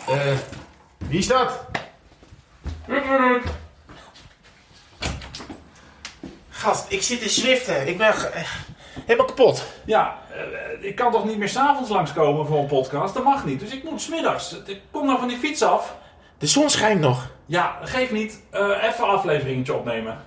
Wie is dat? Gast, ik zit in Zwiften. Ik ben helemaal kapot. Ja, ik kan toch niet meer 's avonds langskomen voor een podcast? Dat mag niet, dus ik moet 's middags. Ik kom nou van die fiets af. De zon schijnt nog. Ja, geef niet. Even een afleveringetje opnemen.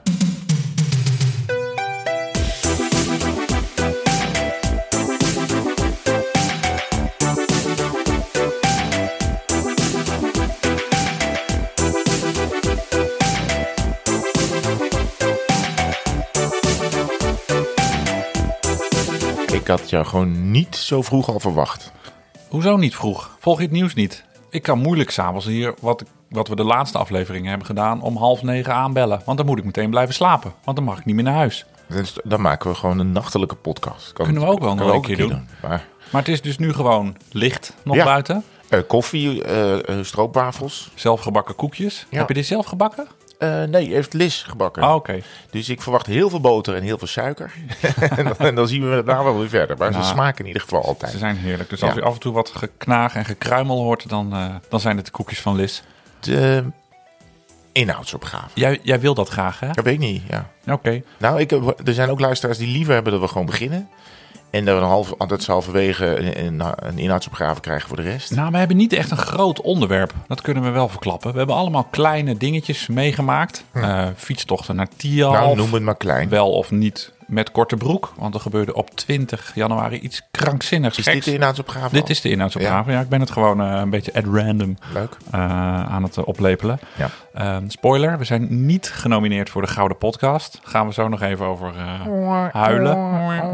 Ik had jou gewoon niet zo vroeg al verwacht. Hoezo niet vroeg? Volg je het nieuws niet? Ik kan moeilijk s'avonds hier, wat we de laatste afleveringen hebben gedaan, om 8:30 aanbellen. Want dan moet ik meteen blijven slapen. Want dan mag ik niet meer naar huis. Dan maken we gewoon een nachtelijke podcast. Kunnen we ook wel nog een keer doen. Maar het is dus nu gewoon licht nog buiten. Koffie, stroopwafels. Zelfgebakken koekjes. Ja. Heb je dit zelf gebakken? Nee, heeft Liz gebakken. Ah, oké. Dus ik verwacht heel veel boter en heel veel suiker. en dan zien we het daarna wel weer verder. Maar ze smaken in ieder geval altijd. Ze zijn heerlijk. Dus als u af en toe wat geknaag en gekruimel hoort, dan zijn het de koekjes van Liz. De inhoudsopgave. Jij wil dat graag, hè? Dat weet ik niet, ja. Oké. Nou, er zijn ook luisteraars die liever hebben dat we gewoon beginnen. En dat ze halverwege een inhoudsopgave krijgen voor de rest. Nou, we hebben niet echt een groot onderwerp. Dat kunnen we wel verklappen. We hebben allemaal kleine dingetjes meegemaakt. Fietstochten naar Tialf. Nou, noem het maar klein. Wel of niet met korte broek. Want er gebeurde op 20 januari iets krankzinnigs Is geks. dit de inhoudsopgave? Dit is de inhoudsopgave. Ja, ik ben het gewoon een beetje at random aan het oplepelen. Ja. Spoiler, we zijn niet genomineerd voor de Gouden Podcast. Gaan we zo nog even over huilen.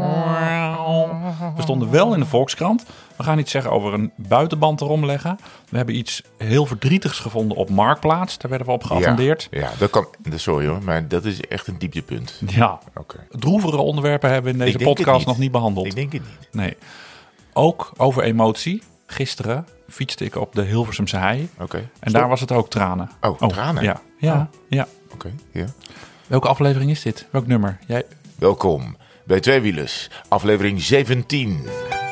We stonden wel in de Volkskrant. We gaan iets zeggen over een buitenband erom leggen. We hebben iets heel verdrietigs gevonden op Marktplaats. Daar werden we op geattendeerd. Ja, dat kan. Sorry hoor, maar dat is echt een dieptepunt. Ja. Okay. Droevere onderwerpen hebben we in deze podcast nog niet behandeld. Ik denk het niet. Nee. Ook over emotie. Gisteren fietste ik op de Hilversumse hei. Okay. En daar was het ook tranen. Oh, tranen? Ja. Oké, ja. Welke aflevering is dit? Welk nummer? Welkom bij Tweewielers, aflevering 17.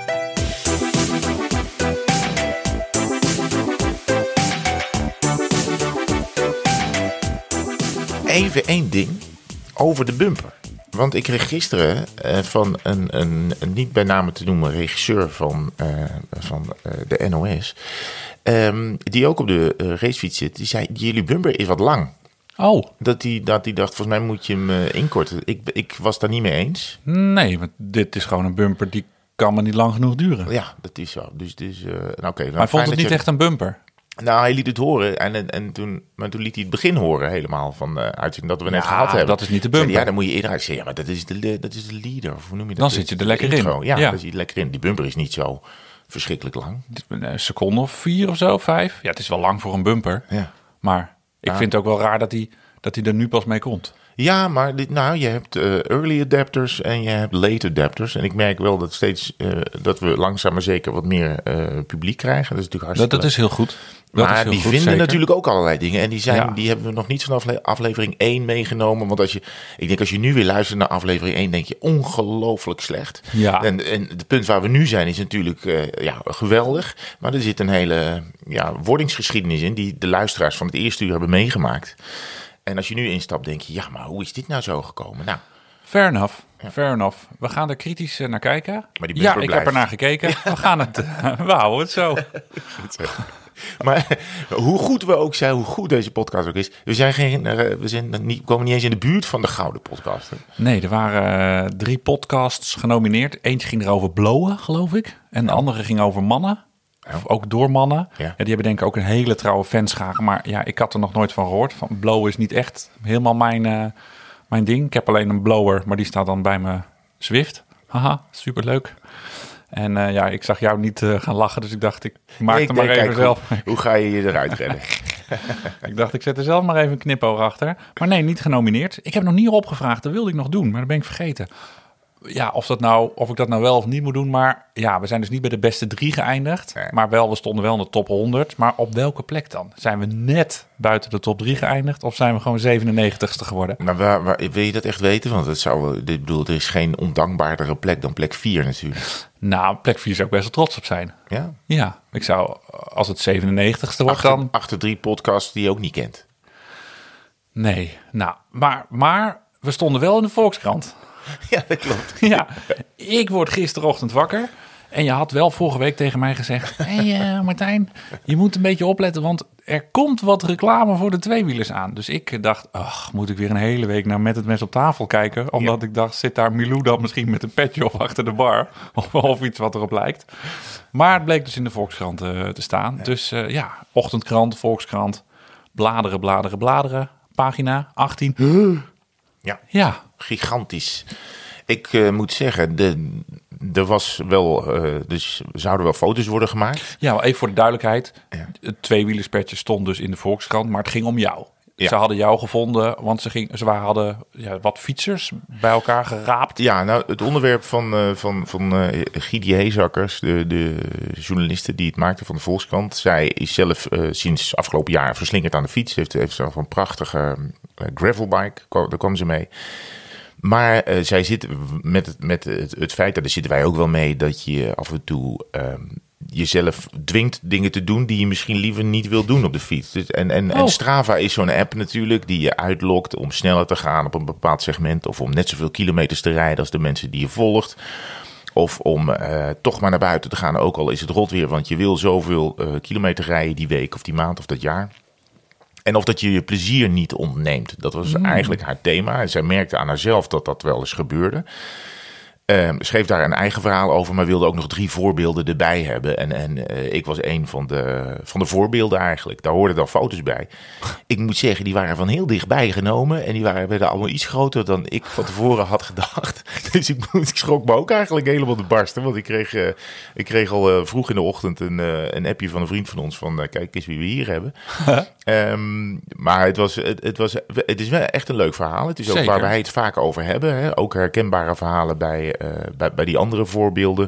Even één ding over de bumper. Want ik kreeg gisteren van een niet bij name te noemen regisseur van de NOS... die ook op de racefiets zit, die zei, jullie bumper is wat lang. Oh. Dat hij dacht, volgens mij moet je hem inkorten. Ik was daar niet mee eens. Nee, want dit is gewoon een bumper die kan maar niet lang genoeg duren. Ja, dat is zo. Dus maar hij vond het niet echt een bumper. Nou, hij liet het horen maar toen liet hij het begin horen helemaal van uitzending dat we net gehad hebben. Dat is niet de bumper. Ja, dan moet je eerder zeggen, ja, maar dat is de leader. Of hoe noem je dat? Dan zit je er lekker in. Ja, dan zit je er lekker in. Die bumper is niet zo verschrikkelijk lang. Een seconde of 4 of zo, 5. Ja, het is wel lang voor een bumper. Ja. Maar ik vind het ook wel raar dat hij er nu pas mee komt. Ja, maar je hebt early adapters en je hebt late adapters. En ik merk wel dat dat we langzaam maar zeker wat meer publiek krijgen. Dat is natuurlijk hartstikke Dat is heel goed. Maar die vinden natuurlijk ook allerlei dingen. En die hebben we nog niet vanaf aflevering 1 meegenomen. Want als je nu weer luistert naar aflevering 1, denk je ongelooflijk slecht. Ja. En het punt waar we nu zijn is natuurlijk geweldig. Maar er zit een hele wordingsgeschiedenis in die de luisteraars van het eerste uur hebben meegemaakt. En als je nu instapt, denk je, ja, maar hoe is dit nou zo gekomen? Nou, Fair enough. We gaan er kritisch naar kijken. Maar die bumper ik heb er naar gekeken. We houden het zo. Maar hoe goed we ook zijn, hoe goed deze podcast ook is, komen niet eens in de buurt van de Gouden Podcast. Hè? Nee, er waren 3 podcasts genomineerd. Eentje ging erover blowen, geloof ik. En de andere ging over mannen. Of ook door mannen. Ja. Die hebben denk ik ook een hele trouwe fanschare. Maar ja, ik had er nog nooit van gehoord. Van blowen is niet echt helemaal mijn ding. Ik heb alleen een blower, maar die staat dan bij mijn Zwift. Haha, superleuk. En ik zag jou niet gaan lachen, dus ik dacht, ik maak er maar even zelf. Hoe ga je eruit redden? Ik dacht, ik zet er zelf maar even een knipoog achter. Maar nee, niet genomineerd. Ik heb nog niet opgevraagd, dat wilde ik nog doen, maar dat ben ik vergeten. of ik dat nou wel of niet moet doen. Maar ja, we zijn dus niet bij de beste 3 geëindigd. Nee. Maar we stonden wel in de top 100. Maar op welke plek dan? Zijn we net buiten de top 3 geëindigd? Of zijn we gewoon 97ste geworden? Maar waar wil je dat echt weten? Want er is geen ondankbaardere plek dan plek 4 natuurlijk. Nou, plek 4 zou ik best wel trots op zijn. Ja? Ja, ik zou, als het 97ste wordt dan... Achter 3 podcasts die je ook niet kent. Nee, nou, maar we stonden wel in de Volkskrant. Ja, dat klopt. Ja, ik word gisterochtend wakker. En je had wel vorige week tegen mij gezegd... Hey, Martijn, je moet een beetje opletten... want er komt wat reclame voor de tweewielers aan. Dus ik dacht, moet ik weer een hele week naar Met het Mes op tafel kijken? Omdat ik dacht, zit daar Milou dan misschien met een petje of achter de bar? Of iets wat erop lijkt. Maar het bleek dus in de Volkskrant te staan. Ja. Dus ochtendkrant, Volkskrant, bladeren... Pagina 18. Ja, gigantisch. Ik moet zeggen, er was wel, dus zouden wel foto's worden gemaakt. Ja, even voor de duidelijkheid. Ja. Het tweewielerspetje stond dus in de Volkskrant, maar het ging om jou. Ja. Ze hadden jou gevonden, want ze hadden wat fietsers bij elkaar geraapt. Ja, nou, het onderwerp van Gidi Heezakkers, de journaliste die het maakte van de Volkskrant. Zij is zelf sinds afgelopen jaar verslingerd aan de fiets. Heeft zelf een prachtige gravelbike, daar kwam ze mee. Maar zij zit met het feit, daar zitten wij ook wel mee, dat je af en toe jezelf dwingt dingen te doen die je misschien liever niet wil doen op de fiets. Dus, en Strava is zo'n app natuurlijk die je uitlokt om sneller te gaan op een bepaald segment of om net zoveel kilometers te rijden als de mensen die je volgt. Of om toch maar naar buiten te gaan, ook al is het rot weer, want je wil zoveel kilometer rijden die week of die maand of dat jaar. En of dat je je plezier niet ontneemt. Dat was eigenlijk haar thema. En zij merkte aan haarzelf dat dat wel eens gebeurde. Schreef daar een eigen verhaal over, maar wilde ook nog 3 voorbeelden erbij hebben. En ik was een van de voorbeelden eigenlijk. Daar hoorden dan foto's bij. Ik moet zeggen, die waren van heel dichtbij genomen. En die werden allemaal iets groter dan ik van tevoren had gedacht. Dus ik schrok me ook eigenlijk helemaal de barsten. Want ik kreeg al vroeg in de ochtend een appje van een vriend van ons. Van kijk eens wie we hier hebben. Maar het is wel echt een leuk verhaal. Het is ook waar wij het vaak over hebben. Hè? Ook herkenbare verhalen bij die andere voorbeelden.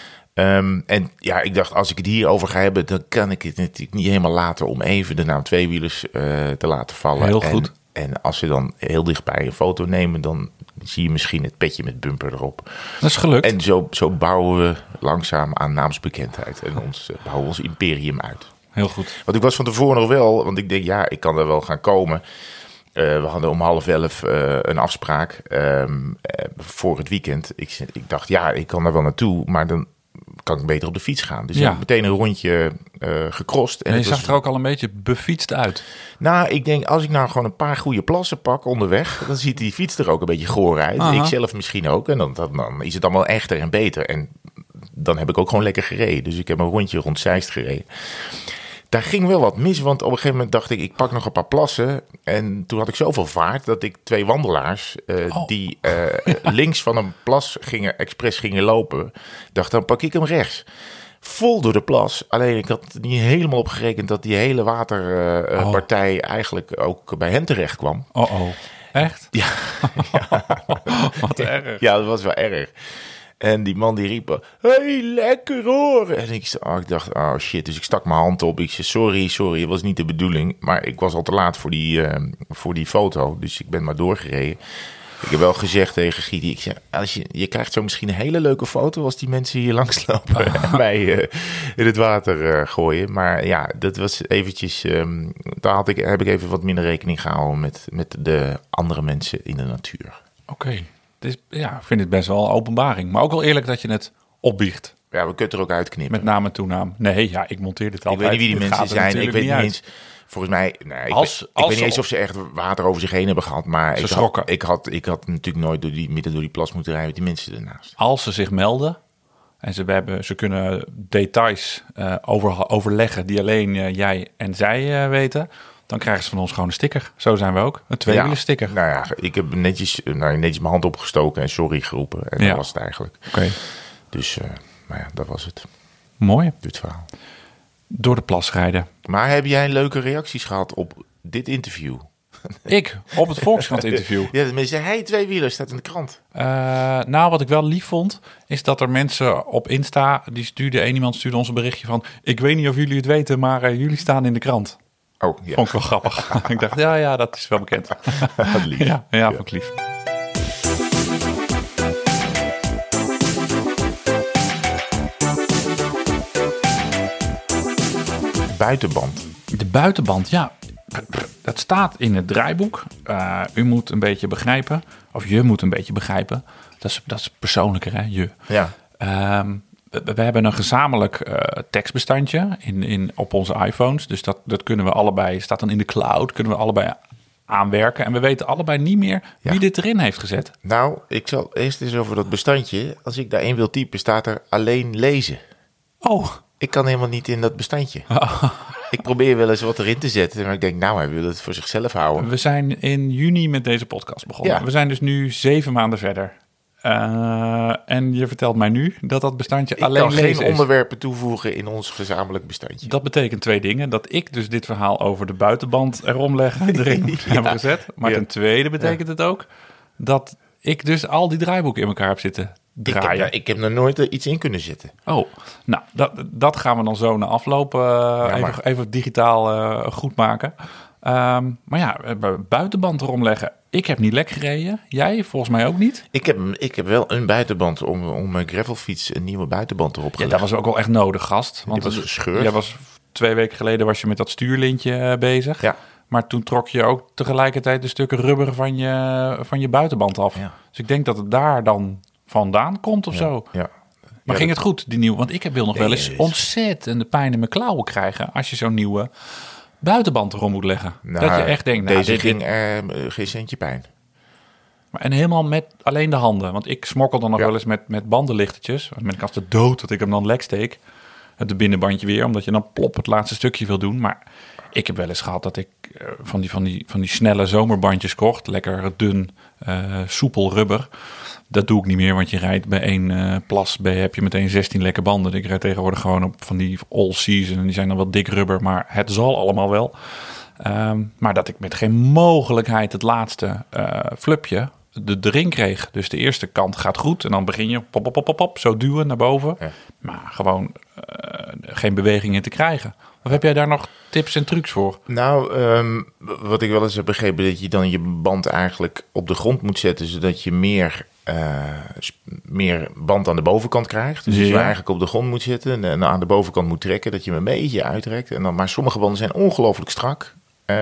En ja, ik dacht, als ik het hierover ga hebben, dan kan ik het natuurlijk niet helemaal laten om even de naam tweewielers te laten vallen. Heel goed. En als ze dan heel dichtbij een foto nemen, dan zie je misschien het petje met bumper erop. Dat is gelukt. En zo bouwen we langzaam aan naamsbekendheid en bouwen ons imperium uit. Heel goed. Want ik was van tevoren nog wel, want ik denk, ja, ik kan er wel gaan komen. We hadden om 10:30 een afspraak voor het weekend. Ik dacht, ja, ik kan daar wel naartoe, maar dan kan ik beter op de fiets gaan. Dus ik heb meteen een rondje gecrossed. En je zag er ook al een beetje befietst uit. Nou, ik denk, als ik nou gewoon een paar goede plassen pak onderweg, dan ziet die fiets er ook een beetje goor uit. Ik zelf misschien ook. En dan is het allemaal echter en beter. En dan heb ik ook gewoon lekker gereden. Dus ik heb een rondje rond Zeist gereden. Daar ging wel wat mis, want op een gegeven moment dacht ik pak nog een paar plassen. En toen had ik zoveel vaart dat ik 2 wandelaars die links van een plas expres gingen lopen, dacht dan pak ik hem rechts. Vol door de plas. Alleen ik had er niet helemaal op gerekend dat die hele waterpartij eigenlijk ook bij hen terecht kwam. Echt? Ja. Wat erg. Ja, dat was wel erg. En die man die riep, hey, lekker hoor. En ik dacht, oh shit. Dus ik stak mijn hand op. Ik zei, sorry, het was niet de bedoeling. Maar ik was al te laat voor die foto. Dus ik ben maar doorgereden. Ik heb wel gezegd tegen Gidi, ik zei, je krijgt zo misschien een hele leuke foto als die mensen hier langslopen en mij in het water gooien. Maar ja, dat was eventjes, daar heb ik even wat minder rekening gehouden met de andere mensen in de natuur. Oké. Dus ja, ik vind het best wel een openbaring. Maar ook wel eerlijk dat je het opbiecht. Ja, we kunnen er ook uitknippen. Met naam en toenaam. Nee, ja, ik monteer dit altijd. Ik weet niet wie die mensen zijn. Ik weet niet eens. Volgens mij, ik weet niet eens of ze echt water over zich heen hebben gehad. Maar ik had natuurlijk nooit midden door die plas moeten rijden met die mensen ernaast. Als ze zich melden en ze kunnen details overleggen die alleen jij en zij weten, dan krijgen ze van ons gewoon een sticker. Zo zijn we ook. Een tweewielen sticker. Nou ja, ik heb netjes mijn hand opgestoken en sorry geroepen. En dat was het eigenlijk. Oké. Dus, nou ja, dat was het. Mooi. Dit verhaal. Door de plas rijden. Maar heb jij leuke reacties gehad op dit interview? Ik, op het Volkskrant interview. Ja, tenminste, hij tweewieler staat in de krant. Nou, wat ik wel lief vond, is dat er mensen op Insta, iemand stuurde ons een berichtje van, ik weet niet of jullie het weten, maar jullie staan in de krant. Oh, ja. Vond ik wel grappig. Ik dacht, ja, dat is wel bekend. Lief. Ja, vond ik lief. Buitenband. De buitenband, ja. Dat staat in het draaiboek. U moet een beetje begrijpen, of je moet een beetje begrijpen. Dat is persoonlijker, hè, je. Ja. We hebben een gezamenlijk tekstbestandje op onze iPhones. Dus dat kunnen we allebei, staat dan in de cloud, kunnen we allebei aanwerken. En we weten allebei niet meer wie dit erin heeft gezet. Nou, ik zal eerst eens over dat bestandje. Als ik daarin wil typen, staat er alleen lezen. Oh. Ik kan helemaal niet in dat bestandje. Ik probeer wel eens wat erin te zetten, maar ik denk, nou, hij wil het voor zichzelf houden. We zijn in juni met deze podcast begonnen. Ja. We zijn dus nu 7 maanden verder. En je vertelt mij nu dat bestandje alleen lezen is. Ik kan geen onderwerpen toevoegen in ons gezamenlijk bestandje. Dat betekent 2 dingen. Dat ik dus dit verhaal over de buitenband erin heb gezet. Maar ten tweede betekent het ook dat ik dus al die draaiboeken in elkaar heb zitten draaien. Ik heb nog nooit iets in kunnen zetten. Oh, nou, dat gaan we dan zo na afloop even digitaal goed maken. Maar ja, buitenband erom leggen. Ik heb niet lek gereden. Jij volgens mij ook niet. Ik heb wel een buitenband om mijn gravelfiets een nieuwe buitenband erop gelegd. Ja, dat was ook wel echt nodig, gast. Want die was gescheurd. 2 weken geleden was je met dat stuurlintje bezig. Ja. Maar toen trok je ook tegelijkertijd de stukken rubber van je buitenband af. Ja. Dus ik denk dat het daar dan vandaan komt of zo. Ja. Maar ging het goed, die nieuwe? Want ik wil nog wel eens ontzettende pijn in mijn klauwen krijgen als je zo'n nieuwe buitenband erom moet leggen. Nou, dat je echt denkt, deze ging geen centje pijn. En helemaal met alleen de handen. Want ik smokkel dan nog wel eens met bandenlichtertjes. Dan ben ik als de dood dat ik hem dan lek steek. Het binnenbandje weer, omdat je dan plop het laatste stukje wil doen. Maar ik heb wel eens gehad dat ik van die snelle zomerbandjes kocht. Lekker dun, soepel rubber. Dat doe ik niet meer, want je rijdt bij 1 plas heb je meteen 16 lekke banden. Ik rijd tegenwoordig gewoon op van die all season. En die zijn dan wel dik rubber, maar het zal allemaal wel. Maar dat ik met geen mogelijkheid het laatste flupje erin kreeg. Dus de eerste kant gaat goed en dan begin je pop, zo duwen naar boven. Ja. Maar gewoon geen beweging in te krijgen. Of heb jij daar nog tips en trucs voor? Nou, wat ik wel eens heb begrepen, dat je dan je band eigenlijk op de grond moet zetten, zodat je meer band aan de bovenkant krijgt. Dus je eigenlijk op de grond moet zitten en aan de bovenkant moet trekken, dat je hem een beetje uitrekt. Maar sommige banden zijn ongelooflijk strak.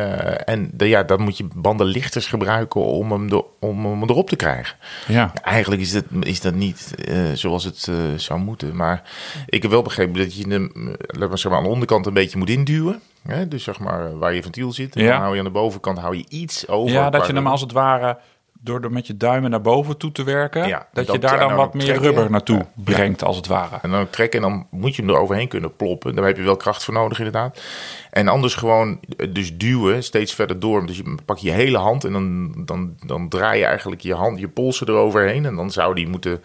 Dan moet je bandenlichters gebruiken om hem erop te krijgen. Ja. Eigenlijk is dat niet zoals het zou moeten. Maar ik heb wel begrepen dat je hem aan de onderkant een beetje moet induwen. Hè? Dus zeg maar waar je ventiel zit. En dan hou je aan de bovenkant iets over. Ja, dat je hem als het ware door met je duimen naar boven toe te werken, dat je daar dan wat meer rubber naartoe brengt, als het ware. En dan trekken en dan moet je hem er overheen kunnen ploppen. Daar heb je wel kracht voor nodig, inderdaad. En anders gewoon dus duwen, steeds verder door. Dus je pak je hele hand en dan draai je eigenlijk je polsen eroverheen. En dan zou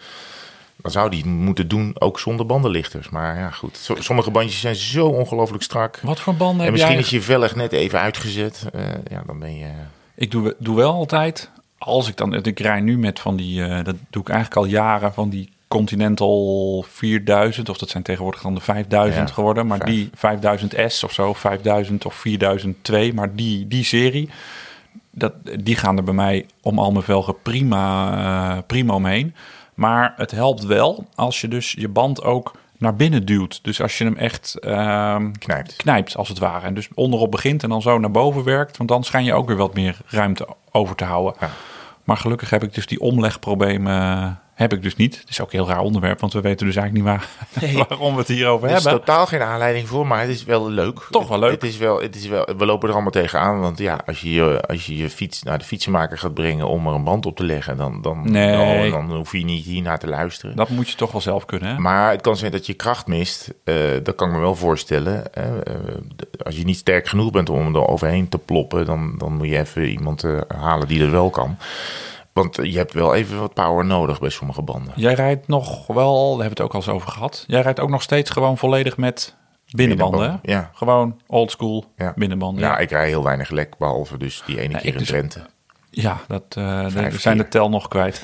die moeten doen, ook zonder bandenlichters. Maar ja, goed. Sommige bandjes zijn zo ongelooflijk strak. Wat voor banden heb jij? En misschien is je velg net even uitgezet. Dan ben je... Ik doe wel altijd... Ik rij nu met van die, dat doe ik eigenlijk al jaren, van die Continental 4000, of dat zijn tegenwoordig dan de 5000 geworden, maar die 5000S of zo, 5000 of 4002, maar die serie, die gaan er bij mij om al mijn velgen prima omheen. Maar het helpt wel als je dus je band ook naar binnen duwt. Dus als je hem echt knijpt, als het ware. En dus onderop begint en dan zo naar boven werkt, want dan schijn je ook weer wat meer ruimte over te houden. Ja. Maar gelukkig heb ik dus die omlegproblemen niet. Het is ook een heel raar onderwerp, want we weten dus eigenlijk niet waarom we het hierover hebben. Er is totaal geen aanleiding voor, maar het is wel leuk. Toch wel leuk. Het is wel, we lopen er allemaal tegenaan, want ja, als je je fiets naar de fietsenmaker gaat brengen om er een band op te leggen, dan hoef je niet hiernaar te luisteren. Dat moet je toch wel zelf kunnen, hè? Maar het kan zijn dat je kracht mist. Dat kan ik me wel voorstellen. Als je niet sterk genoeg bent om er overheen te ploppen, dan moet je even iemand halen die er wel kan. Want je hebt wel even wat power nodig bij sommige banden. Jij rijdt nog wel, daar hebben we het ook al eens over gehad. Jij rijdt ook nog steeds gewoon volledig met Binnenbanden, ja. Gewoon oldschool binnenbanden. Ja, ik rij heel weinig lek, behalve dus die ene keer in Drenthe. Ja, we zijn de tel nog kwijt.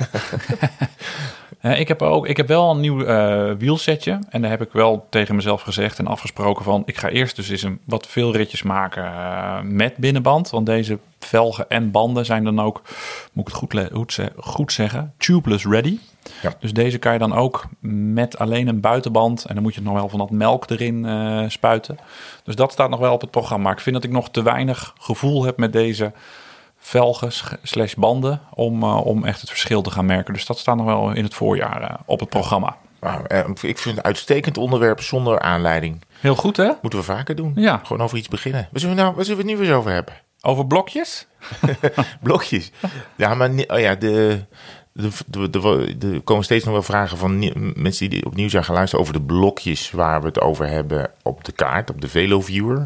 Ik heb wel een nieuw wielsetje. En daar heb ik wel tegen mezelf gezegd en afgesproken van... ik ga eerst dus eens wat veel ritjes maken met binnenband. Want deze velgen en banden zijn dan ook, moet ik het goed zeggen, tubeless ready. Ja. Dus deze kan je dan ook met alleen een buitenband... en dan moet je nog wel van dat melk erin spuiten. Dus dat staat nog wel op het programma. Maar ik vind dat ik nog te weinig gevoel heb met deze... velgen / banden om echt het verschil te gaan merken. Dus dat staat nog wel in het voorjaar op het programma. Nou, ik vind het een uitstekend onderwerp zonder aanleiding. Heel goed, hè? Moeten we vaker doen. Ja. Gewoon over iets beginnen. Waar zullen we het nu weer over hebben? Over blokjes? Blokjes. Ja, maar er komen steeds nog wel vragen van mensen die opnieuw zijn gaan luisteren over de blokjes waar we het over hebben op de kaart, op de VeloViewer.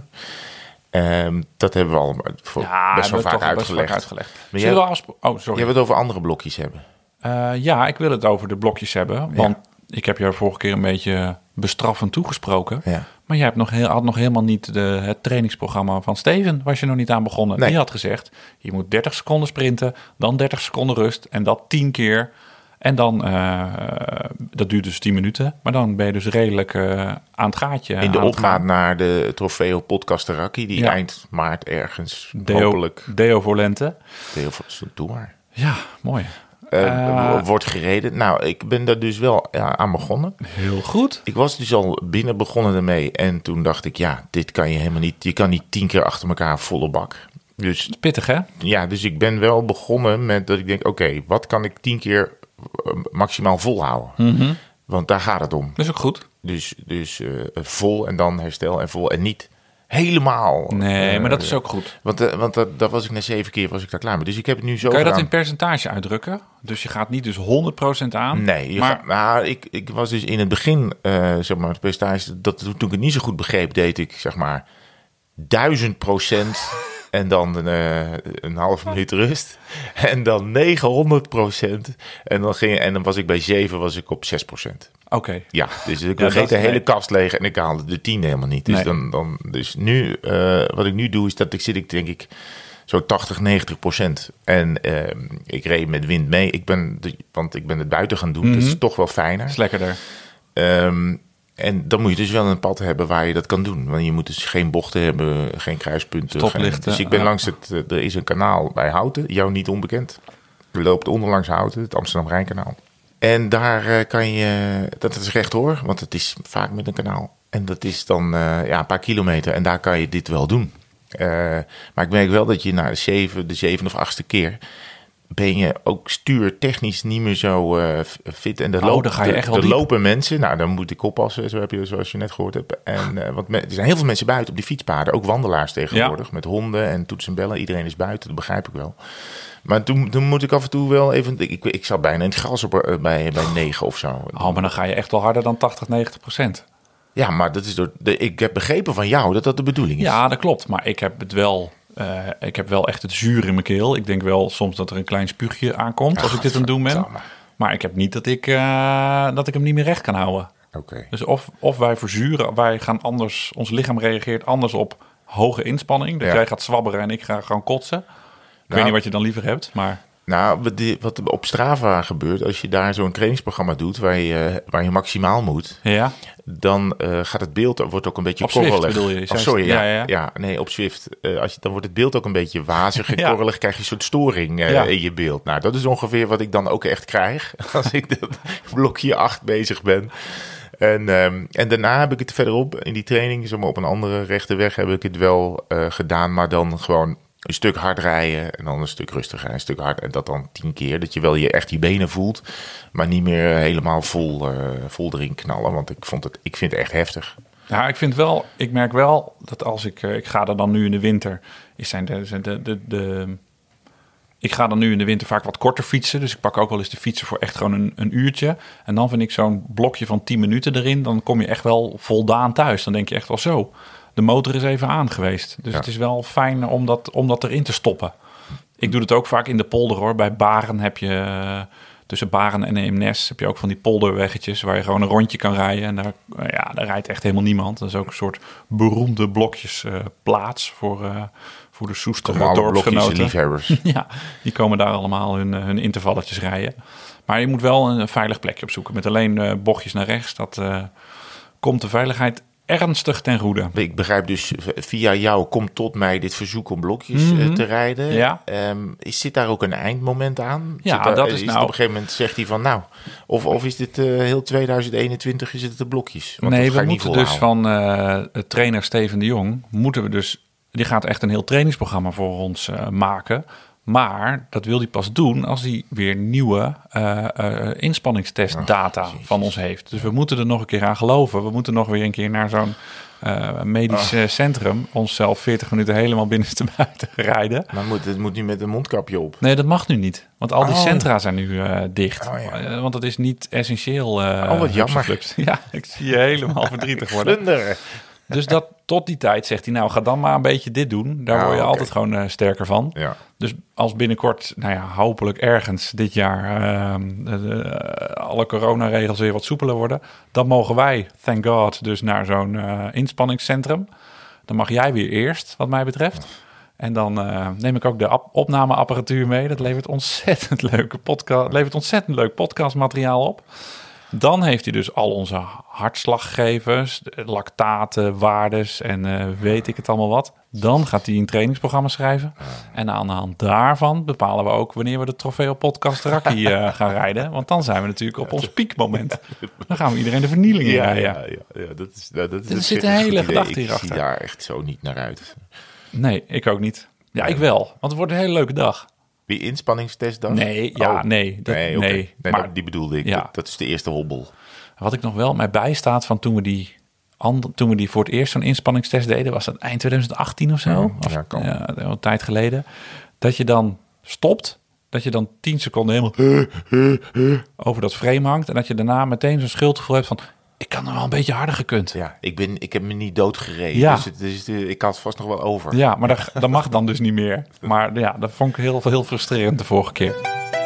Dat hebben we al best wel vaak uitgelegd. Maar jij wil het over andere blokjes hebben? Ja, ik wil het over de blokjes hebben. Want ik heb jou vorige keer een beetje bestraffend toegesproken. Ja. Maar jij had nog helemaal niet het trainingsprogramma van Steven. Was je nog niet aan begonnen. Nee. Die had gezegd, je moet 30 seconden sprinten. Dan 30 seconden rust. En dat 10 keer. En dan, dat duurt dus 10 minuten. Maar dan ben je dus redelijk aan het gaatje. In de opmaat naar de Trofeo Podcasteraki. Die eind maart ergens hopelijk... Deo voor lente. Deo voor... Doe maar. Ja, mooi. Wordt gereden. Nou, ik ben daar dus wel aan begonnen. Heel goed. Ik was dus al binnen begonnen ermee. En toen dacht ik, dit kan je helemaal niet. Je kan niet 10 keer achter elkaar volle bak. Dus, pittig, hè? Ja, dus ik ben wel begonnen met dat ik denk, oké, wat kan ik 10 keer maximaal volhouden? Mm-hmm. Want daar gaat het om. Dat is ook goed. Dus vol en dan herstel en vol en niet helemaal. Nee, maar dat is ook goed. Want dat was ik na 7 keer was ik daar klaar mee. Dus ik heb het nu zo Kan je dat in percentage uitdrukken? Dus je gaat niet dus 100% aan? Nee, ik was dus in het begin, zeg maar, het percentage, toen ik het niet zo goed begreep, deed ik, zeg maar, 1000%... En dan een half minuut rust. En dan 900%. En dan was ik bij 7, was ik op 6%. Oké. Ja, dus ik vergeet de hele kast leeg en ik haalde de 10 helemaal niet. Dus, dus nu, wat ik nu doe, is dat ik denk ik zo 80-90%. En ik reed met wind mee. Want ik ben het buiten gaan doen. Mm-hmm. Dat is toch wel fijner. Dat is lekkerder. En dan moet je dus wel een pad hebben waar je dat kan doen. Want je moet dus geen bochten hebben, geen kruispunten. Stoplichten. Dus ik ben langs er is een kanaal bij Houten, jou niet onbekend. Je loopt onderlangs Houten, het Amsterdam-Rijnkanaal. En daar kan je, dat is rechtdoor, want het is vaak met een kanaal. En dat is dan een paar kilometer en daar kan je dit wel doen. Maar ik merk wel dat je na de 7 of 8e keer... ben je ook stuurtechnisch niet meer zo fit. En dan ga je echt wel lopen mensen. Nou, dan moet ik oppassen, zoals je net gehoord hebt. En, want er zijn heel veel mensen buiten op die fietspaden. Ook wandelaars tegenwoordig. Met honden en toetsen en bellen. Iedereen is buiten, dat begrijp ik wel. Maar toen moet ik af en toe wel even... Ik zat bijna in het gras bij 9 of zo. Maar dan ga je echt wel harder dan 80-90%. Ja, maar dat is ik heb begrepen van jou dat de bedoeling is. Ja, dat klopt. Maar ik heb het wel... ik heb wel echt het zuur in mijn keel. Ik denk wel soms dat er een klein spuugje aankomt als ik dit aan het doen ben. Maar ik heb niet dat ik hem niet meer recht kan houden. Okay. Dus of wij verzuren, wij gaan anders, ons lichaam reageert anders op hoge inspanning. Dus jij gaat zwabberen en ik ga gewoon kotsen. Ik weet niet wat je dan liever hebt, maar... Nou, wat op Strava gebeurt, als je daar zo'n trainingsprogramma doet waar je maximaal moet, dan gaat het beeld wordt ook een beetje korrelig. Op Zwift bedoel je? Sorry, ja. Nee, op Zwift. Dan wordt het beeld ook een beetje wazig en korrelig, krijg je een soort storing in je beeld. Nou, dat is ongeveer wat ik dan ook echt krijg als ik dat blokje 8 bezig ben. En daarna heb ik het verderop in die training, zomaar op een andere rechte weg, heb ik het wel gedaan, maar dan gewoon een stuk hard rijden en dan een stuk rustiger. Een stuk hard en dat dan 10 keer. Dat je wel echt die benen voelt, maar niet meer helemaal vol erin knallen. Want ik vind het echt heftig. Ja, ik merk wel dat als ik ga er dan nu in de winter, ik ga dan nu in de winter vaak wat korter fietsen. Dus ik pak ook wel eens de fietsen voor echt gewoon een uurtje. En dan vind ik zo'n blokje van 10 minuten erin. Dan kom je echt wel voldaan thuis. Dan denk je echt wel zo. De motor is even aan geweest. Dus het is wel fijn om dat erin te stoppen. Ik doe het ook vaak in de polder hoor. Bij Baren heb je tussen Baren en Eemnes heb je ook van die polderweggetjes waar je gewoon een rondje kan rijden. En daar rijdt echt helemaal niemand. Dat is ook een soort beroemde blokjesplaats voor de Soester dorpsgenoten. Liefhebbers. Ja, die komen daar allemaal hun intervalletjes rijden. Maar je moet wel een veilig plekje opzoeken. Met alleen bochtjes naar rechts. Dat komt de veiligheid ernstig ten goede. Ik begrijp dus, via jou komt tot mij dit verzoek om blokjes te rijden. Ja. Zit daar ook een eindmoment aan? Ja, dat is op een gegeven moment zegt hij van nou, of is dit heel 2021 is het de blokjes? Want nee, we moeten dus van trainer Steven de Jong, die gaat echt een heel trainingsprogramma voor ons maken. Maar dat wil hij pas doen als hij weer nieuwe inspanningstestdata van ons heeft. Dus we moeten er nog een keer aan geloven. We moeten nog weer een keer naar zo'n medisch centrum onszelf 40 minuten helemaal binnenstebuiten rijden. Maar het moet nu met een mondkapje op. Nee, dat mag nu niet. Want al die centra zijn nu dicht. Ja. Want dat is niet essentieel. Wat jammer. Ja, ik zie je helemaal verdrietig worden. Glunderen. Dus tot die tijd zegt hij, nou, ga dan maar een beetje dit doen. Daar word je altijd gewoon sterker van. Ja. Dus als binnenkort, hopelijk ergens dit jaar alle coronaregels weer wat soepeler worden, dan mogen wij, thank God, dus naar zo'n inspanningscentrum. Dan mag jij weer eerst, wat mij betreft. En dan neem ik ook de opnameapparatuur mee. Dat levert ontzettend leuk podcastmateriaal op. Dan heeft hij dus al onze hartslaggegevens, lactaten, waardes en weet ik het allemaal wat. Dan gaat hij een trainingsprogramma schrijven. En aan de hand daarvan bepalen we ook wanneer we de Trofeo Podcast Rackie gaan rijden. Want dan zijn we natuurlijk op ons piekmoment. Dan gaan we iedereen de vernieling in rijden. Ja, dat is er zit een hele gedachte hierachter. Ik zie daar echt zo niet naar uit. Nee, ik ook niet. Ja, ik wel. Want het wordt een hele leuke dag. Die inspanningstest dan? Nee, nee. Maar die bedoelde ik. Ja. Dat is de eerste hobbel. Wat ik nog wel mij bijstaat van toen we die voor het eerst zo'n inspanningstest deden, was dat eind 2018 of zo? Een tijd geleden. Dat je dan stopt, dat je dan 10 seconden helemaal over dat frame hangt en dat je daarna meteen zo'n schuldgevoel hebt van, ik kan er wel een beetje harder gekund. Ja, ik heb me niet doodgereden. Ja. Dus ik had vast nog wel over. Ja, maar dat mag dan dus niet meer. Maar ja, dat vond ik heel frustrerend de vorige keer.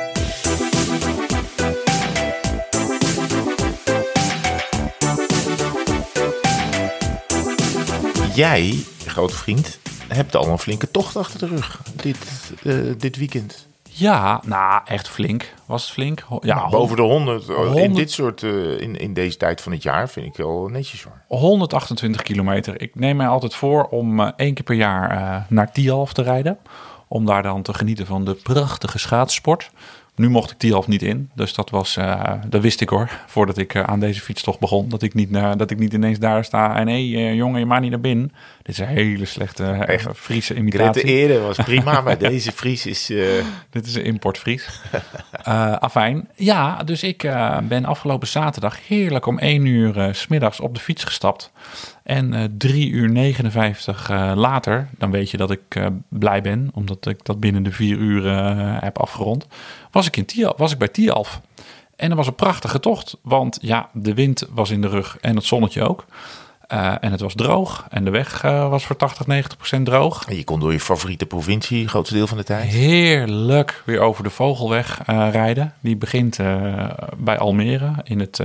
Jij, grote vriend, hebt al een flinke tocht achter de rug dit weekend. Ja, echt flink. Was het flink? Ja, boven de 100. In dit soort, in deze tijd van het jaar vind ik wel netjes hoor. 128 kilometer. Ik neem mij altijd voor om 1 keer per jaar naar Tialf te rijden. Om daar dan te genieten van de prachtige schaatsport. Nu mocht ik Tialf niet in, dus dat wist ik hoor. Voordat ik aan deze fietstocht begon. Dat ik niet ineens daar sta en jongen, je mag niet naar binnen. Dit is een hele slechte Friese imitatie. Grete Ede was prima, maar deze Fries is... Dit is een importfries. Afijn. Ja, dus ik ben afgelopen zaterdag heerlijk om 1 uur 's middags op de fiets gestapt. En 3 uur 59 later, dan weet je dat ik blij ben, omdat ik dat binnen de 4 uur heb afgerond, was ik bij Tialf. En dat was een prachtige tocht, want ja, de wind was in de rug en het zonnetje ook. En het was droog en de weg was voor 80-90% droog. En je kon door je favoriete provincie, het grootste deel van de tijd. Heerlijk weer over de Vogelweg rijden. Die begint bij Almere in het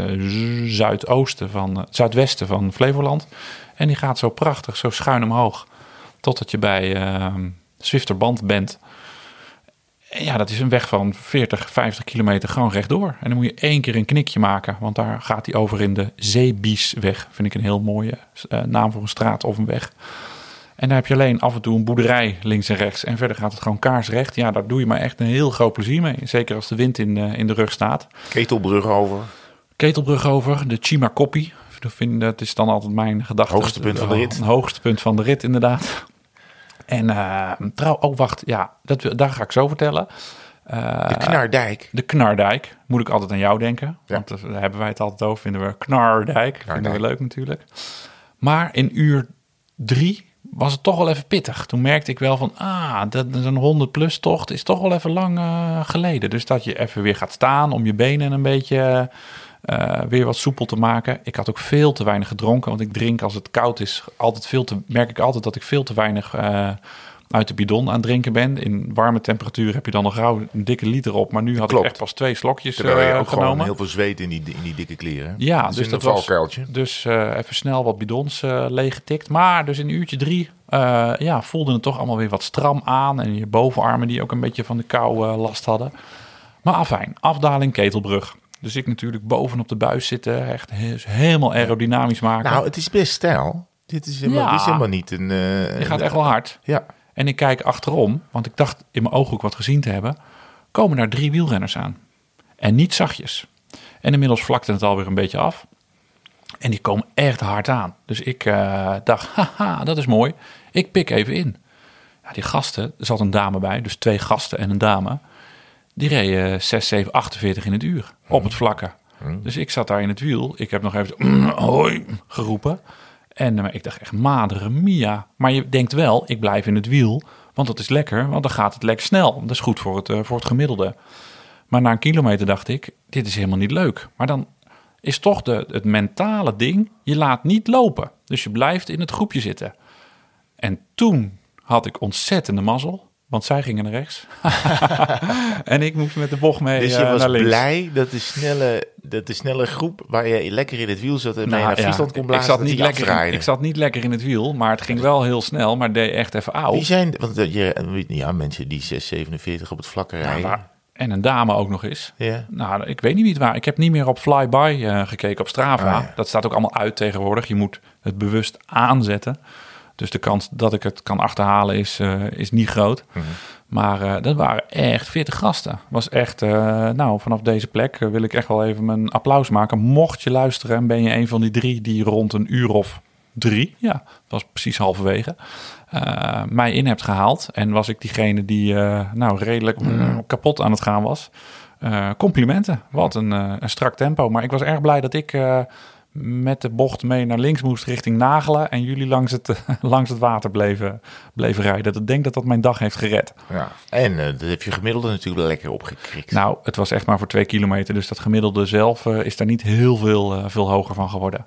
zuidwesten van Flevoland. En die gaat zo prachtig, zo schuin omhoog, totdat je bij Zwifterband bent. En ja, dat is een weg van 40-50 kilometer gewoon rechtdoor. En dan moet je 1 keer een knikje maken, want daar gaat hij over in de Zeebiesweg. Vind ik een heel mooie naam voor een straat of een weg. En daar heb je alleen af en toe een boerderij links en rechts. En verder gaat het gewoon kaarsrecht. Ja, daar doe je maar echt een heel groot plezier mee. Zeker als de wind in de rug staat. Ketelbrug over. De Chimakoppie. Dat is dan altijd mijn gedachte. Hoogste punt van de rit. Het hoogste punt van de rit, inderdaad. En wacht. Ja, daar ga ik zo vertellen. De Knardijk. De Knardijk. Moet ik altijd aan jou denken. Ja. Want daar hebben wij het altijd over. Vinden we Knardijk. Vinden we leuk natuurlijk. Maar in uur 3 was het toch wel even pittig. Toen merkte ik wel van, dat is een 100+ tocht is toch wel even lang geleden. Dus dat je even weer gaat staan om je benen een beetje weer wat soepel te maken. Ik had ook veel te weinig gedronken, want ik drink als het koud is merk ik altijd dat ik veel te weinig uit de bidon aan het drinken ben. In warme temperatuur heb je dan nog gauw een dikke liter op. Maar nu had ik echt pas 2 slokjes Terwijl je ook genomen. gewoon heel veel zweet in die dikke kleren. Ja, dus dus dat een valkuiltje. Dus even snel wat bidons leeggetikt. Maar dus in een uurtje 3 voelde het toch allemaal weer wat stram aan. En je bovenarmen die ook een beetje van de kou last hadden. Maar afijn, afdaling Ketelbrug. Dus ik natuurlijk bovenop de buis zitten. Echt helemaal aerodynamisch maken. Nou, het is best stijl. Dit is helemaal niet een... Je gaat echt wel hard. Ja. En ik kijk achterom, want ik dacht in mijn ooghoek wat gezien te hebben. Komen daar 3 wielrenners aan. En niet zachtjes. En inmiddels vlakte het alweer een beetje af. En die komen echt hard aan. Dus ik dacht, haha, dat is mooi. Ik pik even in. Ja, die gasten, er zat een dame bij. Dus 2 gasten en een dame. Die reden 6, 7, 48 in het uur. Op het vlakke. Dus ik zat daar in het wiel. Ik heb nog even hoi geroepen. En ik dacht echt, madre mia. Maar je denkt wel, ik blijf in het wiel. Want dat is lekker, want dan gaat het lekker snel. Dat is goed voor het gemiddelde. Maar na een kilometer dacht ik, dit is helemaal niet leuk. Maar dan is toch het mentale ding, je laat niet lopen. Dus je blijft in het groepje zitten. En toen had ik ontzettende mazzel. Want zij gingen naar rechts. En ik moest met de bocht mee dus je was naar links. blij dat de snelle groep waar je lekker in het wiel zat en naar Friesland kon blazen, ik zat niet lekker in het wiel, maar het ging wel heel snel, maar deed echt even oud. Wie zijn, want mensen die 6,47 op het vlakke rijden. En een dame ook nog eens. Ja. Nou, ik weet niet wie het was. Ik heb niet meer op Flyby gekeken op Strava. Oh, ja. Dat staat ook allemaal uit tegenwoordig. Je moet het bewust aanzetten. Dus de kans dat ik het kan achterhalen is niet groot. Mm-hmm. Maar dat waren echt 40 gasten. Was echt, vanaf deze plek wil ik echt wel even mijn applaus maken. Mocht je luisteren en ben je een van die 3 die rond een uur of 3, ja, was precies halverwege, mij in hebt gehaald. En was ik diegene die redelijk kapot aan het gaan was. Complimenten. Wat een strak tempo. Maar ik was erg blij dat ik met de bocht mee naar links moest richting Nagelen en jullie langs het water bleven rijden. Ik denk dat dat mijn dag heeft gered. Ja. En dat heb je gemiddelde natuurlijk lekker opgekrikt. Nou, het was echt maar voor 2 kilometer, dus dat gemiddelde zelf is daar niet heel veel hoger van geworden.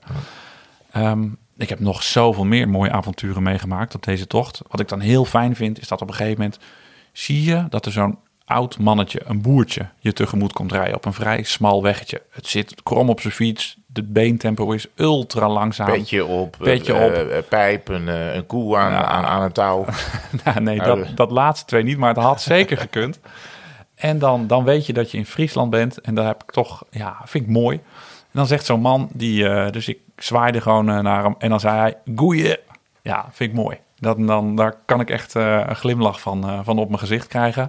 Ik heb nog zoveel meer mooie avonturen meegemaakt op deze tocht. Wat ik dan heel fijn vind, is dat op een gegeven moment zie je dat er zo'n oud mannetje, een boertje, je tegemoet komt rijden op een vrij smal weggetje. Het zit krom op zijn fiets. De beentempo is ultra langzaam. Petje op. Pijp, een koe aan een touw. Nee, dat laatste 2 niet, maar het had zeker gekund. En dan weet je dat je in Friesland bent. En dat heb ik toch, vind ik mooi. En dan zegt zo'n man, dus ik zwaaide gewoon naar hem. En dan zei hij, goeie. Ja, vind ik mooi. Daar kan ik echt een glimlach van op mijn gezicht krijgen.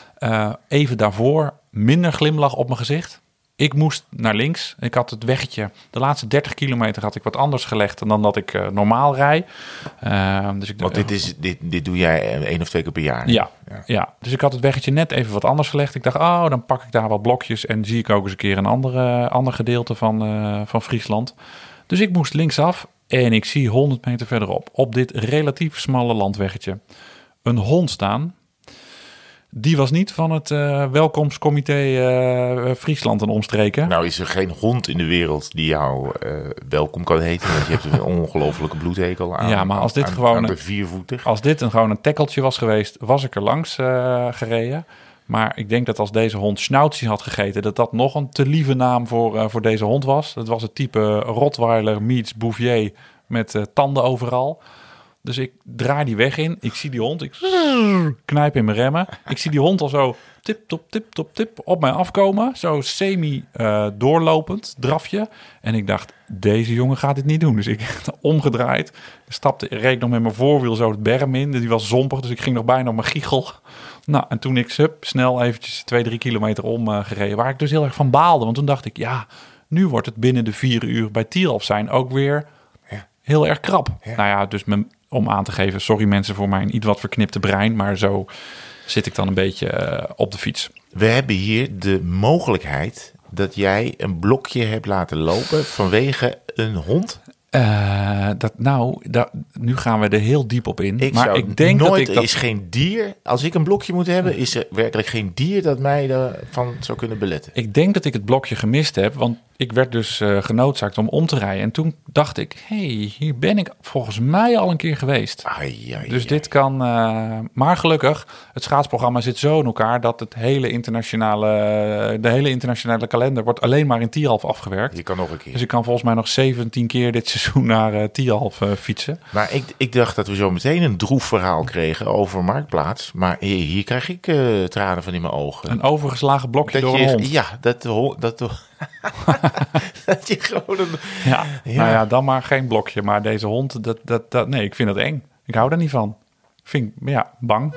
Even daarvoor minder glimlach op mijn gezicht. Ik moest naar links. Ik had het weggetje. De laatste 30 kilometer had ik wat anders gelegd dan dat ik normaal rijd. Want dit doe jij 1 of 2 keer per jaar? Ja. Dus ik had het weggetje net even wat anders gelegd. Ik dacht, dan pak ik daar wat blokjes en zie ik ook eens een keer een ander gedeelte van Friesland. Dus ik moest linksaf en ik zie 100 meter verderop op dit relatief smalle landweggetje een hond staan. Die was niet van het welkomstcomité Friesland en omstreken. Nou is er geen hond in de wereld die jou welkom kan heten. Want je hebt een ongelofelijke bloedhekel aan. Ja, maar als dit aan de viervoeter. Als dit gewoon een tackeltje was geweest, was ik er langs gereden. Maar ik denk dat als deze hond Schnauzie had gegeten, dat nog een te lieve naam voor deze hond was. Dat was het type Rottweiler meets Bouvier met tanden overal. Dus ik draai die weg in. Ik zie die hond. Ik knijp in mijn remmen. Ik zie die hond al zo tip op mij afkomen. Zo semi-doorlopend drafje. En ik dacht, deze jongen gaat dit niet doen. Dus ik omgedraaid. Reed nog met mijn voorwiel zo het berm in. Die was zompig, dus ik ging nog bijna op mijn giegel. Nou, en toen ik snel eventjes 2-3 kilometer omgereden. Waar ik dus heel erg van baalde. Want toen dacht ik, nu wordt het binnen de 4 uur bij Tialf zijn ook weer heel erg krap. Ja. Nou ja, dus om aan te geven, sorry mensen voor mijn iets wat verknipte brein, maar zo zit ik dan een beetje op de fiets. We hebben hier de mogelijkheid dat jij een blokje hebt laten lopen vanwege een hond. Nu gaan we er heel diep op in. Ik denk er is geen dier, als ik een blokje moet hebben, is er werkelijk geen dier dat mij ervan zou kunnen beletten. Ik denk dat ik het blokje gemist heb, want ik werd dus genoodzaakt om te rijden. En toen dacht ik, hier ben ik volgens mij al een keer geweest. Dus dit kan... maar gelukkig, het schaatsprogramma zit zo in elkaar... dat de hele internationale kalender wordt alleen maar in Tialf afgewerkt. Je kan nog een keer. Dus ik kan volgens mij nog 17 keer dit seizoen naar Tialf fietsen. Maar ik dacht dat we zo meteen een droef verhaal kregen over Marktplaats. Maar hier krijg ik tranen van in mijn ogen. Een overgeslagen blokje door een hond. Ja, dat je gewoon een... Ja, nou ja, dan maar geen blokje. Maar deze hond, nee, ik vind dat eng. Ik hou daar niet van. Bang.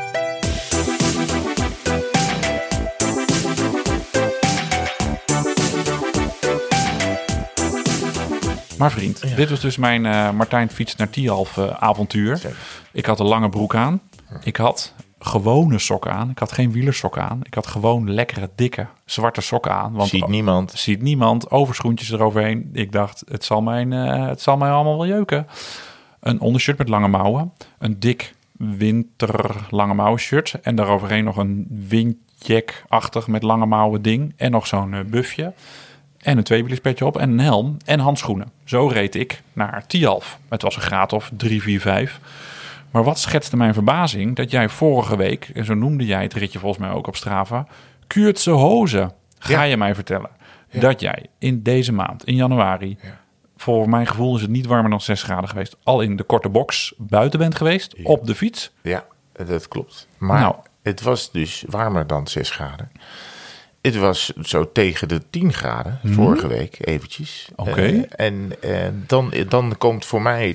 Maar vriend, dit was dus mijn Martijn fiets naar Tialf avontuur. Ik had een lange broek aan. Ik had gewone sokken aan. Ik had geen wielersokken aan. Ik had gewoon lekkere, dikke, zwarte sokken aan. Want Ziet niemand. Overschoentjes eroverheen. Ik dacht, het zal mij allemaal wel jeuken. Een ondershirt met lange mouwen. Een dik winter lange mouwen shirt. En daaroverheen nog een windjack-achtig met lange mouwen ding. En nog zo'n buffje. En een tweewielerspetje op en een helm en handschoenen. Zo reed ik naar Tialf. Het was een graad of 3, 4, 5. Maar wat schetste mijn verbazing dat jij vorige week, en zo noemde jij het ritje volgens mij ook op Strava, Kuurtse Hozen, ga je mij vertellen. Ja. Dat jij in deze maand, in januari, voor mijn gevoel is het niet warmer dan 6 graden geweest, al in de korte box buiten bent geweest, op de fiets. Ja, dat klopt. Maar het was dus warmer dan 6 graden. Het was zo tegen de 10 graden vorige week eventjes. Oké. En dan komt voor mij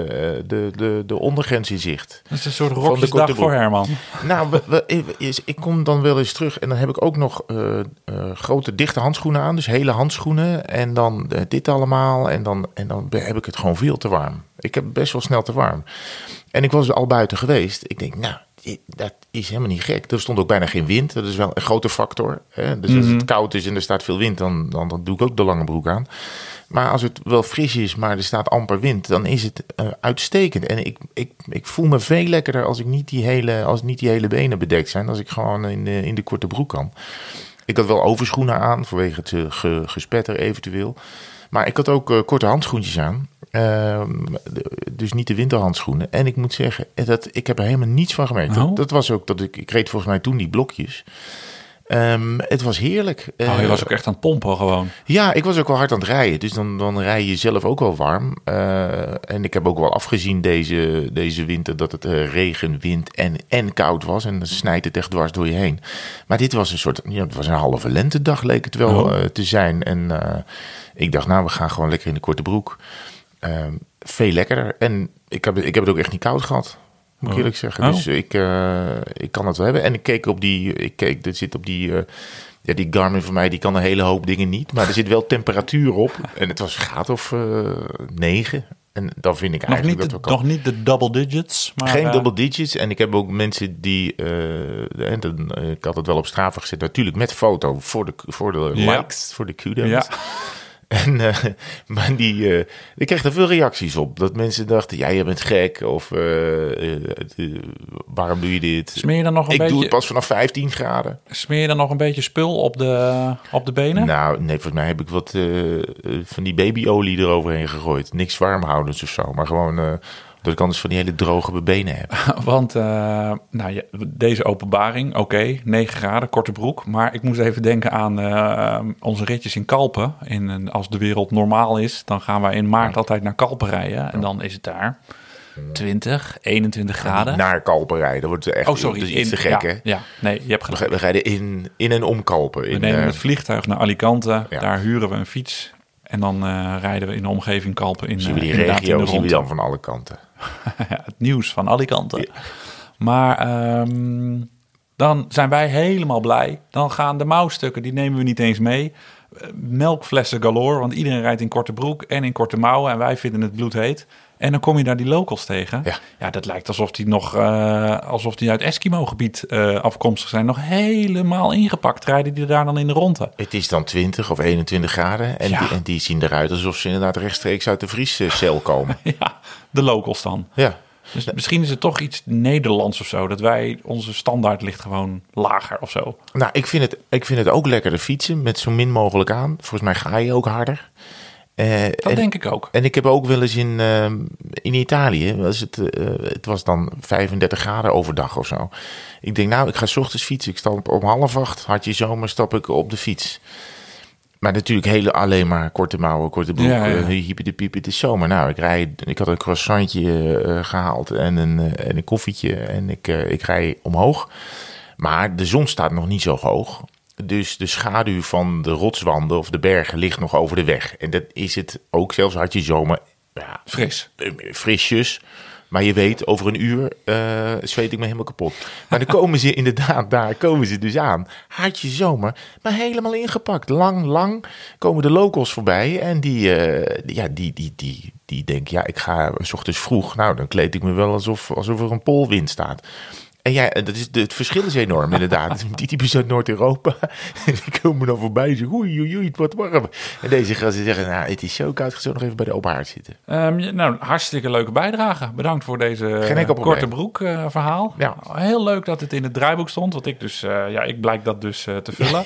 de ondergrens in zicht. Dat is een soort rokjesdag voor Herman. Nou, ik kom dan wel eens terug en dan heb ik ook nog grote dichte handschoenen aan. Dus hele handschoenen en dan dit allemaal. En dan heb ik het gewoon veel te warm. Ik heb best wel snel te warm. En ik was al buiten geweest. Ik denk, nou, dat is helemaal niet gek. Er stond ook bijna geen wind. Dat is wel een grote factor. Hè? Dus als het koud is en er staat veel wind, dan doe ik ook de lange broek aan. Maar als het wel fris is, maar er staat amper wind, dan is het uitstekend. En ik voel me veel lekkerder als niet die hele benen bedekt zijn. Als ik gewoon in de korte broek kan. Ik had wel overschoenen aan, vanwege het gespetter eventueel. Maar ik had ook korte handschoentjes aan. Dus niet de winterhandschoenen. En ik moet zeggen, ik heb er helemaal niets van gemerkt. Oh. Dat was ook dat ik reed volgens mij toen die blokjes. Het was heerlijk. Je was ook echt aan het pompen gewoon. Ja, ik was ook wel hard aan het rijden. Dus dan rij je zelf ook wel warm. En ik heb ook wel afgezien deze winter dat het regen, wind en koud was. En dan snijdt het echt dwars door je heen. Maar dit was het was een halve lentedag leek het wel te zijn. En ik dacht, nou, we gaan gewoon lekker in de korte broek. Veel lekkerder. En ik heb het ook echt niet koud gehad. Moet ik eerlijk zeggen. Dus ik kan het wel hebben. En ik keek dit zit op die Garmin van mij, die kan een hele hoop dingen niet. Maar er zit wel temperatuur op. En het was een graad of 9. En dan vind ik eigenlijk dat we kan. Nog niet de double digits. Maar geen double digits. En ik heb ook mensen die... ik had het wel op Strava gezet. Natuurlijk met foto voor de likes, voor de kudos. Ja. Maar ik kreeg er veel reacties op. Dat mensen dachten, je bent gek. Of waarom doe je dit? Smeer je dan nog een beetje... Ik doe het pas vanaf 15 graden. Smeer je dan nog een beetje spul op de benen? Nou, nee, volgens mij heb ik wat van die babyolie eroverheen gegooid. Niks warmhoudends of zo. Maar gewoon... dat ik anders van die hele droge benen heb. Want deze openbaring, oké, 9 graden, korte broek. Maar ik moest even denken aan onze ritjes in Kalpen. Als de wereld normaal is, dan gaan wij in maart altijd naar Kalpen rijden. En dan is het daar 20, 21 graden. Naar Kalpen rijden, dat wordt echt dat is iets te gek, hè? Ja, nee, je hebt gelijk. We rijden in en om Kalpen. We nemen het vliegtuig naar Alicante, daar huren we een fiets... En dan rijden we in de omgeving Kalpen. Zien we die regio zien we dan van alle kanten. Het nieuws van Alicante. Ja. Maar dan zijn wij helemaal blij. Dan gaan de mouwstukken, die nemen we niet eens mee. Melkflessen galore, want iedereen rijdt in korte broek en in korte mouwen. En wij vinden het bloedheet. En dan kom je daar die locals tegen. Ja, dat lijkt alsof die uit Eskimo-gebied afkomstig zijn. Nog helemaal ingepakt rijden die daar dan in de ronde. Het is dan 20 of 21 graden. En die zien eruit alsof ze inderdaad rechtstreeks uit de vriescel komen. Ja, de locals dan. Ja. Dus misschien is het toch iets Nederlands of zo. Dat onze standaard ligt gewoon lager of zo. Nou, ik vind het ook lekkerder fietsen met zo min mogelijk aan. Volgens mij ga je ook harder. Dat denk ik ook. En ik heb ook wel eens in Italië, het was dan 35 graden overdag of zo. Ik denk, nou, ik ga 's ochtends fietsen. Ik stap om 7:30, hartje zomer, stap ik op de fiets. Maar natuurlijk alleen maar korte mouwen, korte broek, hiepie de piep, het is zomer. Nou, ik had een croissantje gehaald en een koffietje en ik rij omhoog. Maar de zon staat nog niet zo hoog. Dus de schaduw van de rotswanden of de bergen ligt nog over de weg. En dat is het ook, zelfs hartje zomer. Ja, frisjes. Maar je weet, over een uur zweet ik me helemaal kapot. Maar dan komen ze inderdaad, daar komen ze dus aan. Hartje zomer, maar helemaal ingepakt. Lang komen de locals voorbij. En die denken, ik ga 's ochtends vroeg. Nou, dan kleed ik me wel alsof er een poolwind staat. En ja, het verschil is enorm inderdaad. Die types uit Noord-Europa, die komen dan voorbij en zeggen, oei, het wordt warm. En deze gasten zeggen, nou, het is zo koud, ik ga zo nog even bij de open haard zitten. Nou, hartstikke leuke bijdrage. Bedankt voor deze korte broek verhaal. Ja. Heel leuk dat het in het draaiboek stond, want ik dus, ik blijk dat dus te vullen.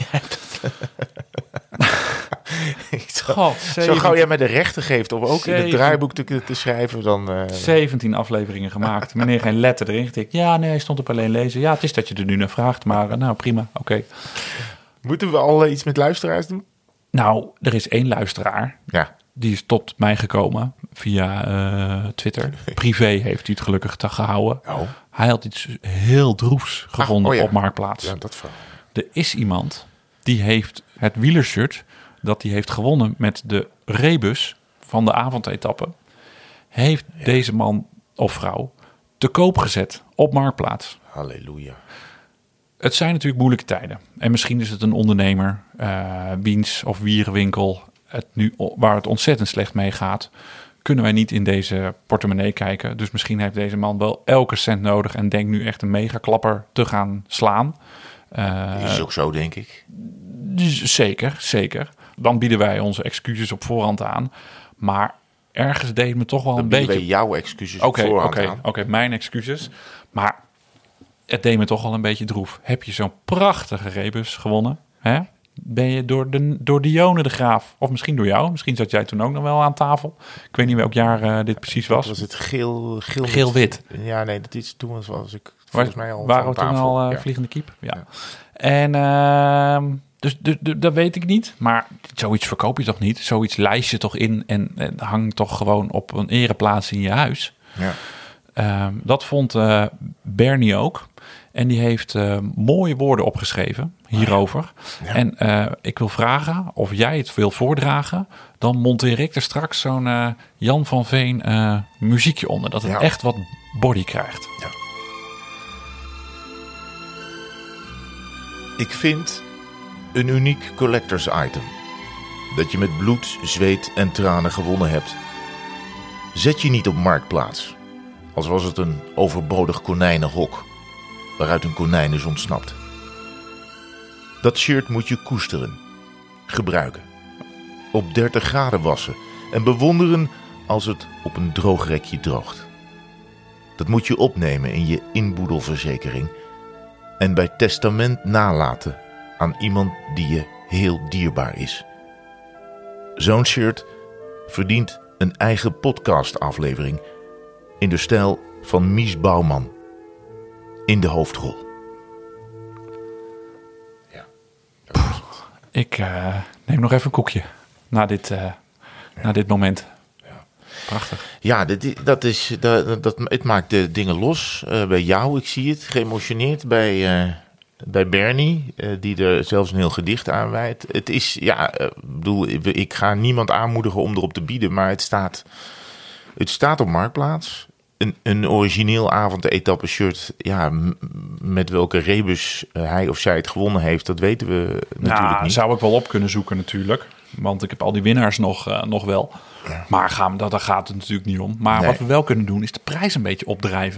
Zo gauw jij mij de rechten geeft om ook in het draaiboek te schrijven, dan... 17 afleveringen gemaakt. Meneer geen letter erin getikt. Ja, nee, hij stond op alleen lezen. Ja, het is dat je er nu naar vraagt, maar nou, prima, oké. Moeten we al iets met luisteraars doen? Nou, er is 1 luisteraar. Ja. Die is tot mij gekomen via Twitter. Privé heeft hij het gelukkig gehouden. Oh. Hij had iets heel droefs gevonden op Marktplaats. Ja, dat verhaal. Er is iemand die heeft het wielershirt dat hij heeft gewonnen met de rebus van de avondetappe, heeft deze man of vrouw te koop gezet op Marktplaats. Halleluja. Het zijn natuurlijk moeilijke tijden. En misschien is het een ondernemer, wiens of wierenwinkel waar het ontzettend slecht mee gaat. Kunnen wij niet in deze portemonnee kijken. Dus misschien heeft deze man wel elke cent nodig en denkt nu echt een megaklapper te gaan slaan. Is ook zo, denk ik. Zeker. Dan bieden wij onze excuses op voorhand aan. Maar ergens deed me toch wel een beetje... Dan bieden wij jouw excuses op voorhand aan. Oké, mijn excuses. Maar het deed me toch wel een beetje droef. Heb je zo'n prachtige rebus gewonnen? Hè? Ben je door Dione de Graaf, of misschien door jou. Misschien zat jij toen ook nog wel aan tafel. Ik weet niet welk jaar dit precies was. Was het geel-wit? Ja, nee, toen was ik volgens mij al waren we toen al vliegende kiep? Ja. En... Dus dat weet ik niet. Maar zoiets verkoop je toch niet? Zoiets lijst je toch in en hangt toch gewoon op een ereplaats in je huis? Ja. Dat vond Bernie ook. En die heeft mooie woorden opgeschreven hierover. Ja. En ik wil vragen of jij het wil voordragen. Dan monteer ik er straks zo'n Jan van Veen muziekje onder. Dat het echt wat body krijgt. Ja. Ik vind een uniek collectors item. Dat je met bloed, zweet en tranen gewonnen hebt. Zet je niet op Marktplaats. Als was het een overbodig konijnenhok. Waaruit een konijn is ontsnapt. Dat shirt moet je koesteren. Gebruiken. Op 30 graden wassen. En bewonderen als het op een droogrekje droogt. Dat moet je opnemen in je inboedelverzekering. En bij testament nalaten aan iemand die je heel dierbaar is. Zo'n shirt verdient een eigen podcastaflevering in de stijl van Mies Bouwman in de hoofdrol. Ja. Ik neem nog even een koekje na dit moment. Ja. Prachtig. Ja, het maakt de dingen los bij jou. Ik zie het geëmotioneerd bij Bernie, die er zelfs een heel gedicht aan wijdt. Het is, ik ga niemand aanmoedigen om erop te bieden, maar het staat op Marktplaats. Een origineel avondetappe shirt, met welke rebus hij of zij het gewonnen heeft, dat weten we natuurlijk niet. Zou ik wel op kunnen zoeken natuurlijk, want ik heb al die winnaars nog wel. Ja. Maar daar gaat het natuurlijk niet om. Maar wat we wel kunnen doen, is de prijs een beetje opdrijven.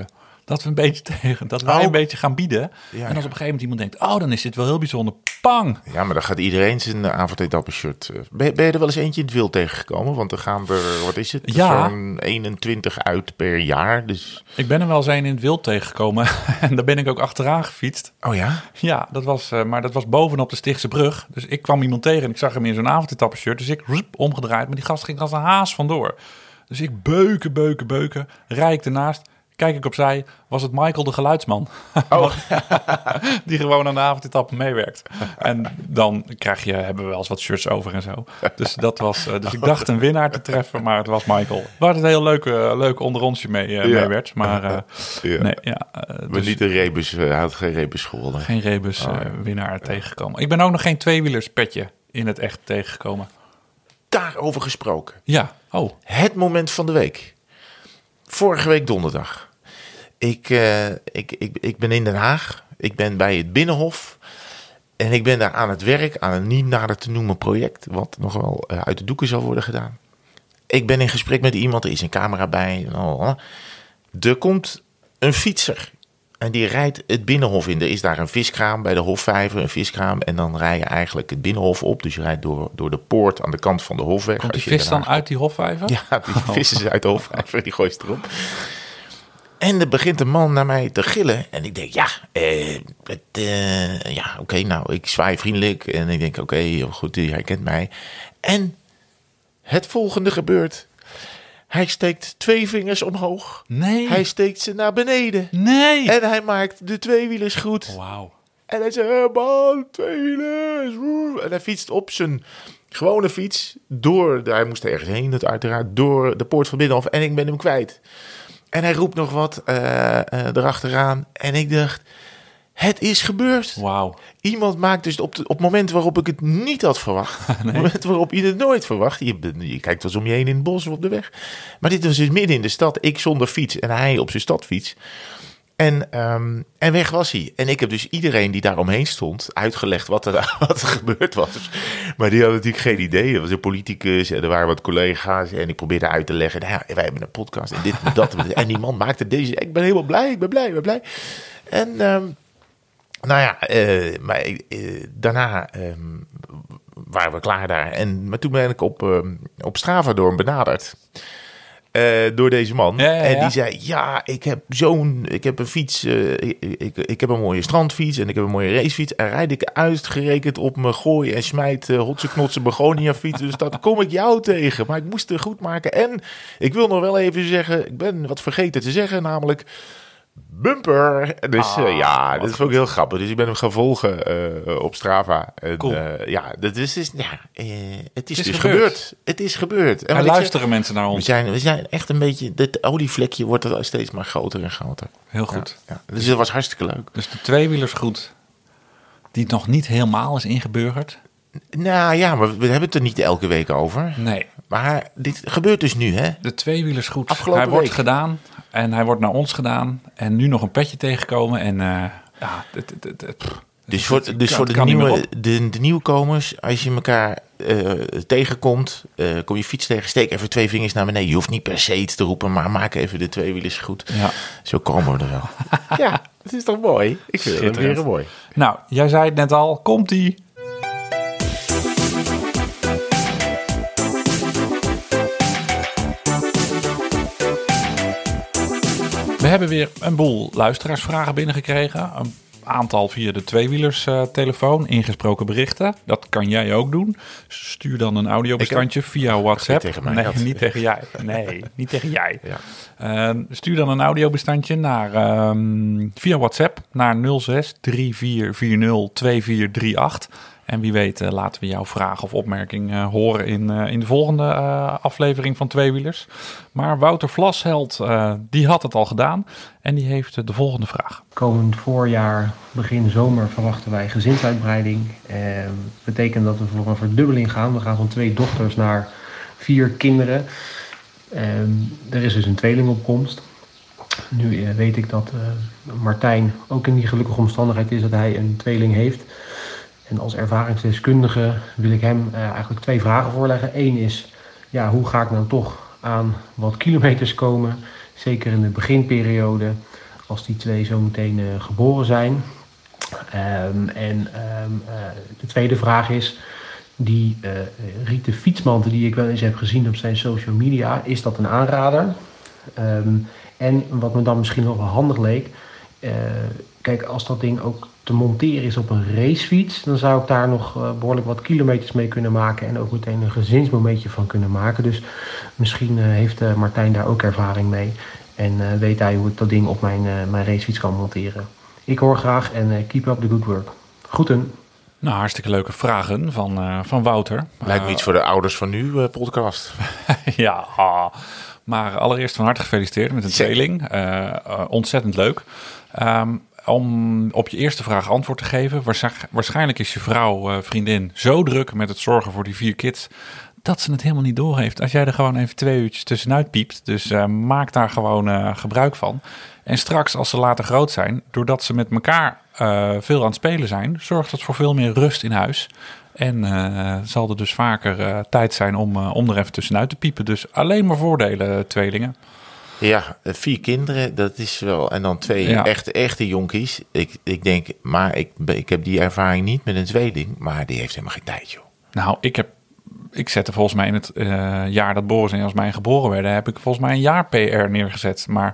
dat wij een beetje gaan bieden. Ja, en als op een gegeven moment iemand denkt, dan is dit wel heel bijzonder. Pang! Ja, maar dan gaat iedereen zijn avondetappe-shirt. Ben je er wel eens eentje in het wild tegengekomen? Want er gaan er, wat is het? Zo'n 21 uit per jaar. Dus... Ik ben er wel eens een in het wild tegengekomen. En daar ben ik ook achteraan gefietst. Oh ja? Ja, maar dat was bovenop de Stichtse brug. Dus ik kwam iemand tegen en ik zag hem in zo'n avondetappe-shirt. Dus ik omgedraaid, maar die gast ging als een haas vandoor. Dus ik beuken, rijd ik ernaast. Kijk ik opzij, was het Michael de geluidsman. Oh. Die gewoon aan de avondetappe meewerkt. En dan hebben we wel eens wat shirts over en zo. Dus dat was. Dus ik dacht een winnaar te treffen, maar het was Michael. Waar het een heel leuk onder onsje mee werd. Maar nee, dus niet een rebus, hij had geen rebus gewonnen. Geen rebus winnaar tegengekomen. Ik ben ook nog geen tweewielers petje in het echt tegengekomen. Daarover gesproken. Ja, Het moment van de week. Vorige week donderdag. Ik ben in Den Haag. Ik ben bij het Binnenhof. En ik ben daar aan het werk aan een niet nader te noemen project. Wat nog wel uit de doeken zal worden gedaan. Ik ben in gesprek met iemand. Er is een camera bij. Er komt een fietser. En die rijdt het Binnenhof in. Er is daar een viskraam bij de Hofvijver. Een viskraam. En dan rij je eigenlijk het Binnenhof op. Dus je rijdt door de poort aan de kant van de Hofweg. Komt die vis dan uit die Hofvijver? Ja, die vis is uit de Hofvijver. Die gooit erop. En er begint een man naar mij te gillen. En ik denk, oké, nou, ik zwaai vriendelijk. En ik denk, oké, goed, hij kent mij. En het volgende gebeurt. Hij steekt 2 vingers omhoog. Nee. Hij steekt ze naar beneden. Nee. En hij maakt de tweewielers goed. Wauw. En hij zegt, man, tweewielers. En hij fietst op zijn gewone fiets. Hij moest ergens heen, dat uiteraard. Door de poort van Binnenhof. En ik ben hem kwijt. En hij roept nog wat erachteraan. En ik dacht, het is gebeurd. Wauw. Iemand maakt dus op het moment waarop ik het niet had verwacht. Nee. Op het moment waarop je het nooit verwacht. Je kijkt wel eens om je heen in het bos of op de weg. Maar dit was dus midden in de stad. Ik zonder fiets en hij op zijn stadfiets. En weg was hij. En ik heb dus iedereen die daar omheen stond uitgelegd wat er gebeurd was. Maar die had natuurlijk geen idee. Er was een politicus en er waren wat collega's. En ik probeerde uit te leggen. Nou ja, wij hebben een podcast en dit en dat. En die man maakte deze. Ik ben helemaal blij. Ik ben blij. En daarna waren we klaar daar. Maar toen ben ik op Strava door hem benaderd. Door deze man. Ja. En die zei, ik heb een fiets. Ik heb een mooie strandfiets en ik heb een mooie racefiets. En rijd ik uitgerekend op mijn gooi en smijt hotse knotse begonia fiets. Dus dat kom ik jou tegen. Maar ik moest het goed maken. En ik wil nog wel even zeggen, ik ben wat vergeten te zeggen, namelijk bumper. Dus dat is ook heel grappig. Dus ik ben hem gaan volgen op Strava. Cool. Het is dus gebeurd. Het is gebeurd. En luisteren mensen naar ons. We zijn echt een beetje, dit olievlekje wordt er steeds maar groter en groter. Heel goed. Ja. Dus dat was hartstikke leuk. Dus de tweewielers goed, die nog niet helemaal is ingeburgerd. Nou ja, maar we hebben het er niet elke week over. Nee. Maar dit gebeurt dus nu, hè? De tweewielers goed. Hij wordt gedaan en hij wordt naar ons gedaan. En nu nog een petje tegengekomen. En Dus voor de nieuwkomers, als je elkaar tegenkomt, kom je fiets tegen, steek even 2 vingers naar beneden. Je hoeft niet per se iets te roepen, maar maak even de tweewielers goed. Ja. Zo komen we er wel. Ja, het is toch mooi? Ik vind het weer mooi. Nou, jij zei het net al, komt-ie. We hebben weer een boel luisteraarsvragen binnengekregen. Een aantal via de tweewielers telefoon, ingesproken berichten. Dat kan jij ook doen. Stuur dan een audiobestandje via WhatsApp. Niet tegen mij. Nee, niet tegen jij. Nee, niet tegen jij. Ja. Stuur dan een audiobestandje via WhatsApp naar 06 3440 2438. En wie weet laten we jouw vraag of opmerking horen in de volgende aflevering van Tweewielers. Maar Wouter Vlaszheld, die had het al gedaan en die heeft de volgende vraag. Komend voorjaar, begin zomer, verwachten wij gezinsuitbreiding. Betekent dat we voor een verdubbeling gaan. We gaan van 2 dochters naar 4 kinderen. Er is dus een tweelingopkomst. Nu weet ik dat Martijn ook in die gelukkige omstandigheid is dat hij een tweeling heeft. En als ervaringsdeskundige wil ik hem eigenlijk 2 vragen voorleggen. Eén is, hoe ga ik nou toch aan wat kilometers komen? Zeker in de beginperiode. als die 2 zo meteen geboren zijn. De tweede vraag is, die rieten fietsmantel die ik wel eens heb gezien op zijn social media, is dat een aanrader? En wat me dan misschien nog wel handig leek, kijk, als dat ding ook te monteren is op een racefiets, dan zou ik daar nog behoorlijk wat kilometers mee kunnen maken en ook meteen een gezinsmomentje van kunnen maken. Dus misschien heeft Martijn daar ook ervaring mee en weet hij hoe ik dat ding op mijn racefiets kan monteren. Ik hoor graag en keep up the good work. Groeten. Nou, hartstikke leuke vragen van Wouter. Lijkt me iets voor de ouders van nu, podcast. Ja, maar allereerst van harte gefeliciteerd met een tweeling. Ontzettend leuk. Om op je eerste vraag antwoord te geven. Waarschijnlijk is je vrouw, vriendin, zo druk met het zorgen voor die 4 kids dat ze het helemaal niet doorheeft. Als jij er gewoon even 2 uurtjes tussenuit piept. Dus maak daar gewoon gebruik van. En straks, als ze later groot zijn, doordat ze met elkaar veel aan het spelen zijn, zorgt dat voor veel meer rust in huis. En zal er dus vaker tijd zijn om er even tussenuit te piepen. Dus alleen maar voordelen, tweelingen. Ja, 4 kinderen, dat is wel. En dan 2 echte jonkies. Ik denk, maar ik heb die ervaring niet met een tweeling. Maar die heeft helemaal geen tijd, joh. Nou, ik zette volgens mij in het jaar dat Boris en Jasmijn geboren werden, heb ik volgens mij een jaar PR neergezet. Maar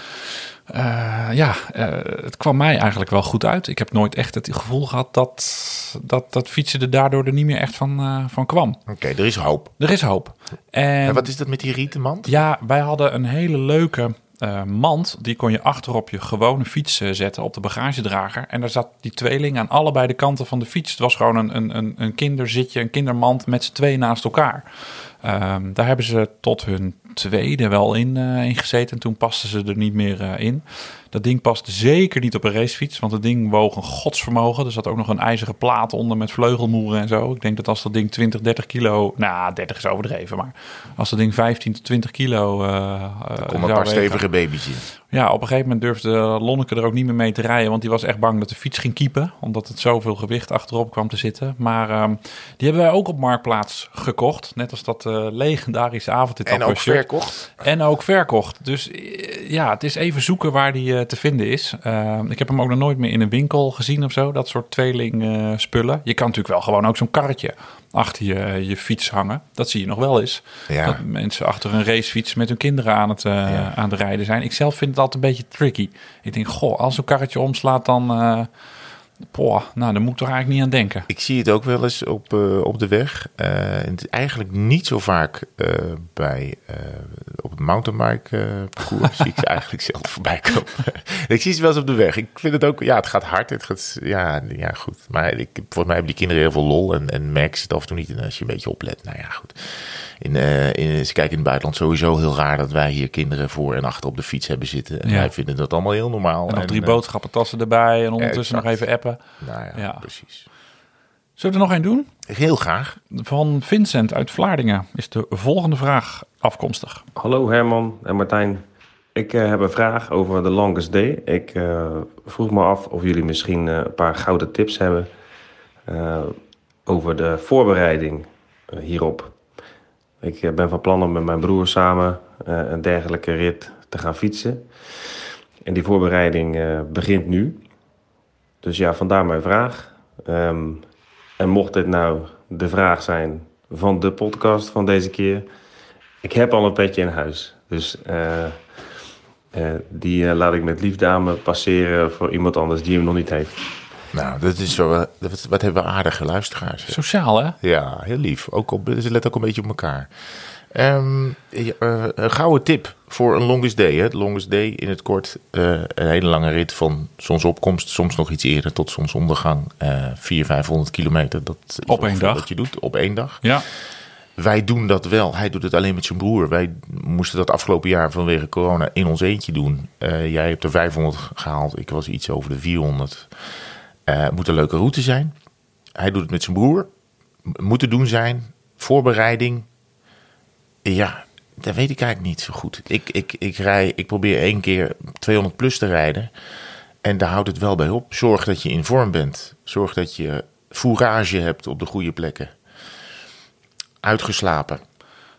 het kwam mij eigenlijk wel goed uit. Ik heb nooit echt het gevoel gehad dat fietsen er daardoor er niet meer echt van kwam. Oké, er is hoop. Er is hoop. En wat is dat met die rieten mand? Ja, wij hadden een hele leuke mand. Die kon je achterop je gewone fiets zetten op de bagagedrager. En daar zat die tweeling aan allebei de kanten van de fiets. Het was gewoon een kinderzitje, een kindermand met z'n 2 naast elkaar. Daar hebben ze tot hun tweede wel in gezeten. En toen pasten ze er niet meer in. Dat ding past zeker niet op een racefiets. Want het ding woog een godsvermogen. Er zat ook nog een ijzeren plaat onder met vleugelmoeren en zo. Ik denk dat als dat ding 20, 30 kilo... Nou, 30 is overdreven. Maar als dat ding 15 tot 20 kilo... er komen een paar stevige baby's in. Ja, op een gegeven moment durfde Lonneke er ook niet meer mee te rijden. Want die was echt bang dat de fiets ging kiepen. Omdat het zoveel gewicht achterop kwam te zitten. Maar die hebben wij ook op Marktplaats gekocht. Net als dat legendarische avondetappe. En ook verkocht. En ook verkocht. Dus ja, het is even zoeken waar die te vinden is. Ik heb hem ook nog nooit meer in een winkel gezien of zo. Dat soort tweeling spullen. Je kan natuurlijk wel gewoon ook zo'n karretje achter je fiets hangen. Dat zie je nog wel eens. Ja. Dat mensen achter een racefiets met hun kinderen aan het rijden zijn. Ik zelf vind het altijd een beetje tricky. Ik denk, als zo'n karretje omslaat, dan... daar moet ik toch eigenlijk niet aan denken. Ik zie het ook wel eens op de weg. Eigenlijk niet zo vaak op het mountainbike parcours. Zie ik ze eigenlijk zelf voorbij komen. Ik zie ze wel eens op de weg. Ik vind het ook, het gaat hard. Het gaat, goed. Maar volgens mij hebben die kinderen heel veel lol. En merken ze het af en toe niet. En als je een beetje oplet, goed. Ze kijken in het buitenland sowieso heel raar dat wij hier kinderen voor en achter op de fiets hebben zitten. En wij vinden dat allemaal heel normaal. En nog 3 boodschappentassen erbij en ondertussen nog even appen. Precies. Zullen we er nog één doen? Heel graag. Van Vincent uit Vlaardingen is de volgende vraag afkomstig. Hallo Herman en Martijn. Ik heb een vraag over The Longest Day. Ik vroeg me af of jullie misschien een paar gouden tips hebben over de voorbereiding hierop. Ik ben van plan om met mijn broer samen een dergelijke rit te gaan fietsen. En die voorbereiding begint nu. Dus vandaar mijn vraag. En mocht dit nou de vraag zijn van de podcast van deze keer. Ik heb al een petje in huis. Dus die laat ik met liefde aan me passeren voor iemand anders die hem nog niet heeft. Nou, dat is zo. Wat hebben we aardige luisteraars. Sociaal, hè? Ja, heel lief. Ze let ook een beetje op elkaar. Een gouden tip voor een longest day. Hè? Longest day in het kort. Een hele lange rit van zonsopkomst. Soms nog iets eerder tot zonsondergang. 400-500 kilometer. Dat is op één dag. Wat je doet op 1 dag. Ja. Wij doen dat wel. Hij doet het alleen met zijn broer. Wij moesten dat afgelopen jaar vanwege corona in ons eentje doen. Jij hebt er 500 gehaald. Ik was iets over de 400. Het moet een leuke route zijn. Hij doet het met zijn broer. Moet te doen zijn. Voorbereiding. Ja, dat weet ik eigenlijk niet zo goed. Ik probeer 1 keer 200 plus te rijden. En daar houdt het wel bij op. Zorg dat je in vorm bent. Zorg dat je fourage hebt op de goede plekken. Uitgeslapen.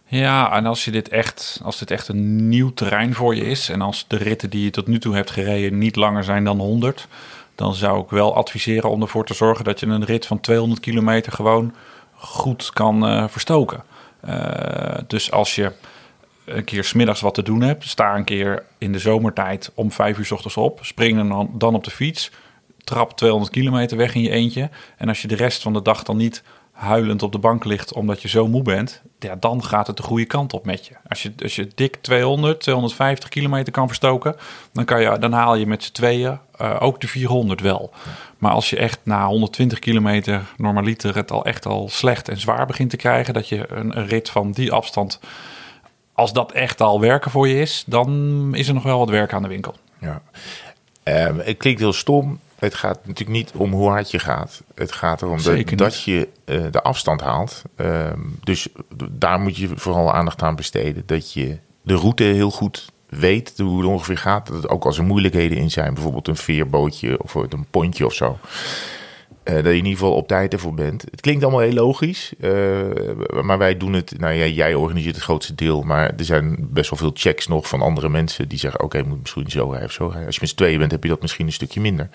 Ja, en als dit echt een nieuw terrein voor je is... en als de ritten die je tot nu toe hebt gereden niet langer zijn dan 100... dan zou ik wel adviseren om ervoor te zorgen dat je een rit van 200 kilometer gewoon goed kan verstoken. Dus als je een keer 's middags wat te doen hebt, sta een keer in de zomertijd om 5 uur 's ochtends op, spring dan op de fiets, trap 200 kilometer weg in je eentje. En als je de rest van de dag dan niet huilend op de bank ligt omdat je zo moe bent, ja, dan gaat het de goede kant op met je. Als je dik 250 kilometer kan verstoken, dan haal je met z'n tweeën ook de 400 wel. Maar als je echt na 120 kilometer normaliter het echt al slecht en zwaar begint te krijgen, dat je een rit van die afstand, als dat echt al werken voor je is, dan is er nog wel wat werk aan de winkel. Ja. Het klinkt heel stom. Het gaat natuurlijk niet om hoe hard je gaat. Het gaat erom dat je de afstand haalt. Dus daar moet je vooral aandacht aan besteden. Dat je de route heel goed weet hoe het ongeveer gaat. Dat het ook als er moeilijkheden in zijn. Bijvoorbeeld een veerbootje of een pontje of zo. Dat je in ieder geval op tijd ervoor bent. Het klinkt allemaal heel logisch. Maar wij doen het. Nou ja, jij organiseert het grootste deel. Maar er zijn best wel veel checks nog van andere mensen. Die zeggen, oké, moet misschien zo rijden of zo rijden. Als je met z'n tweeën bent, heb je dat misschien een stukje minder.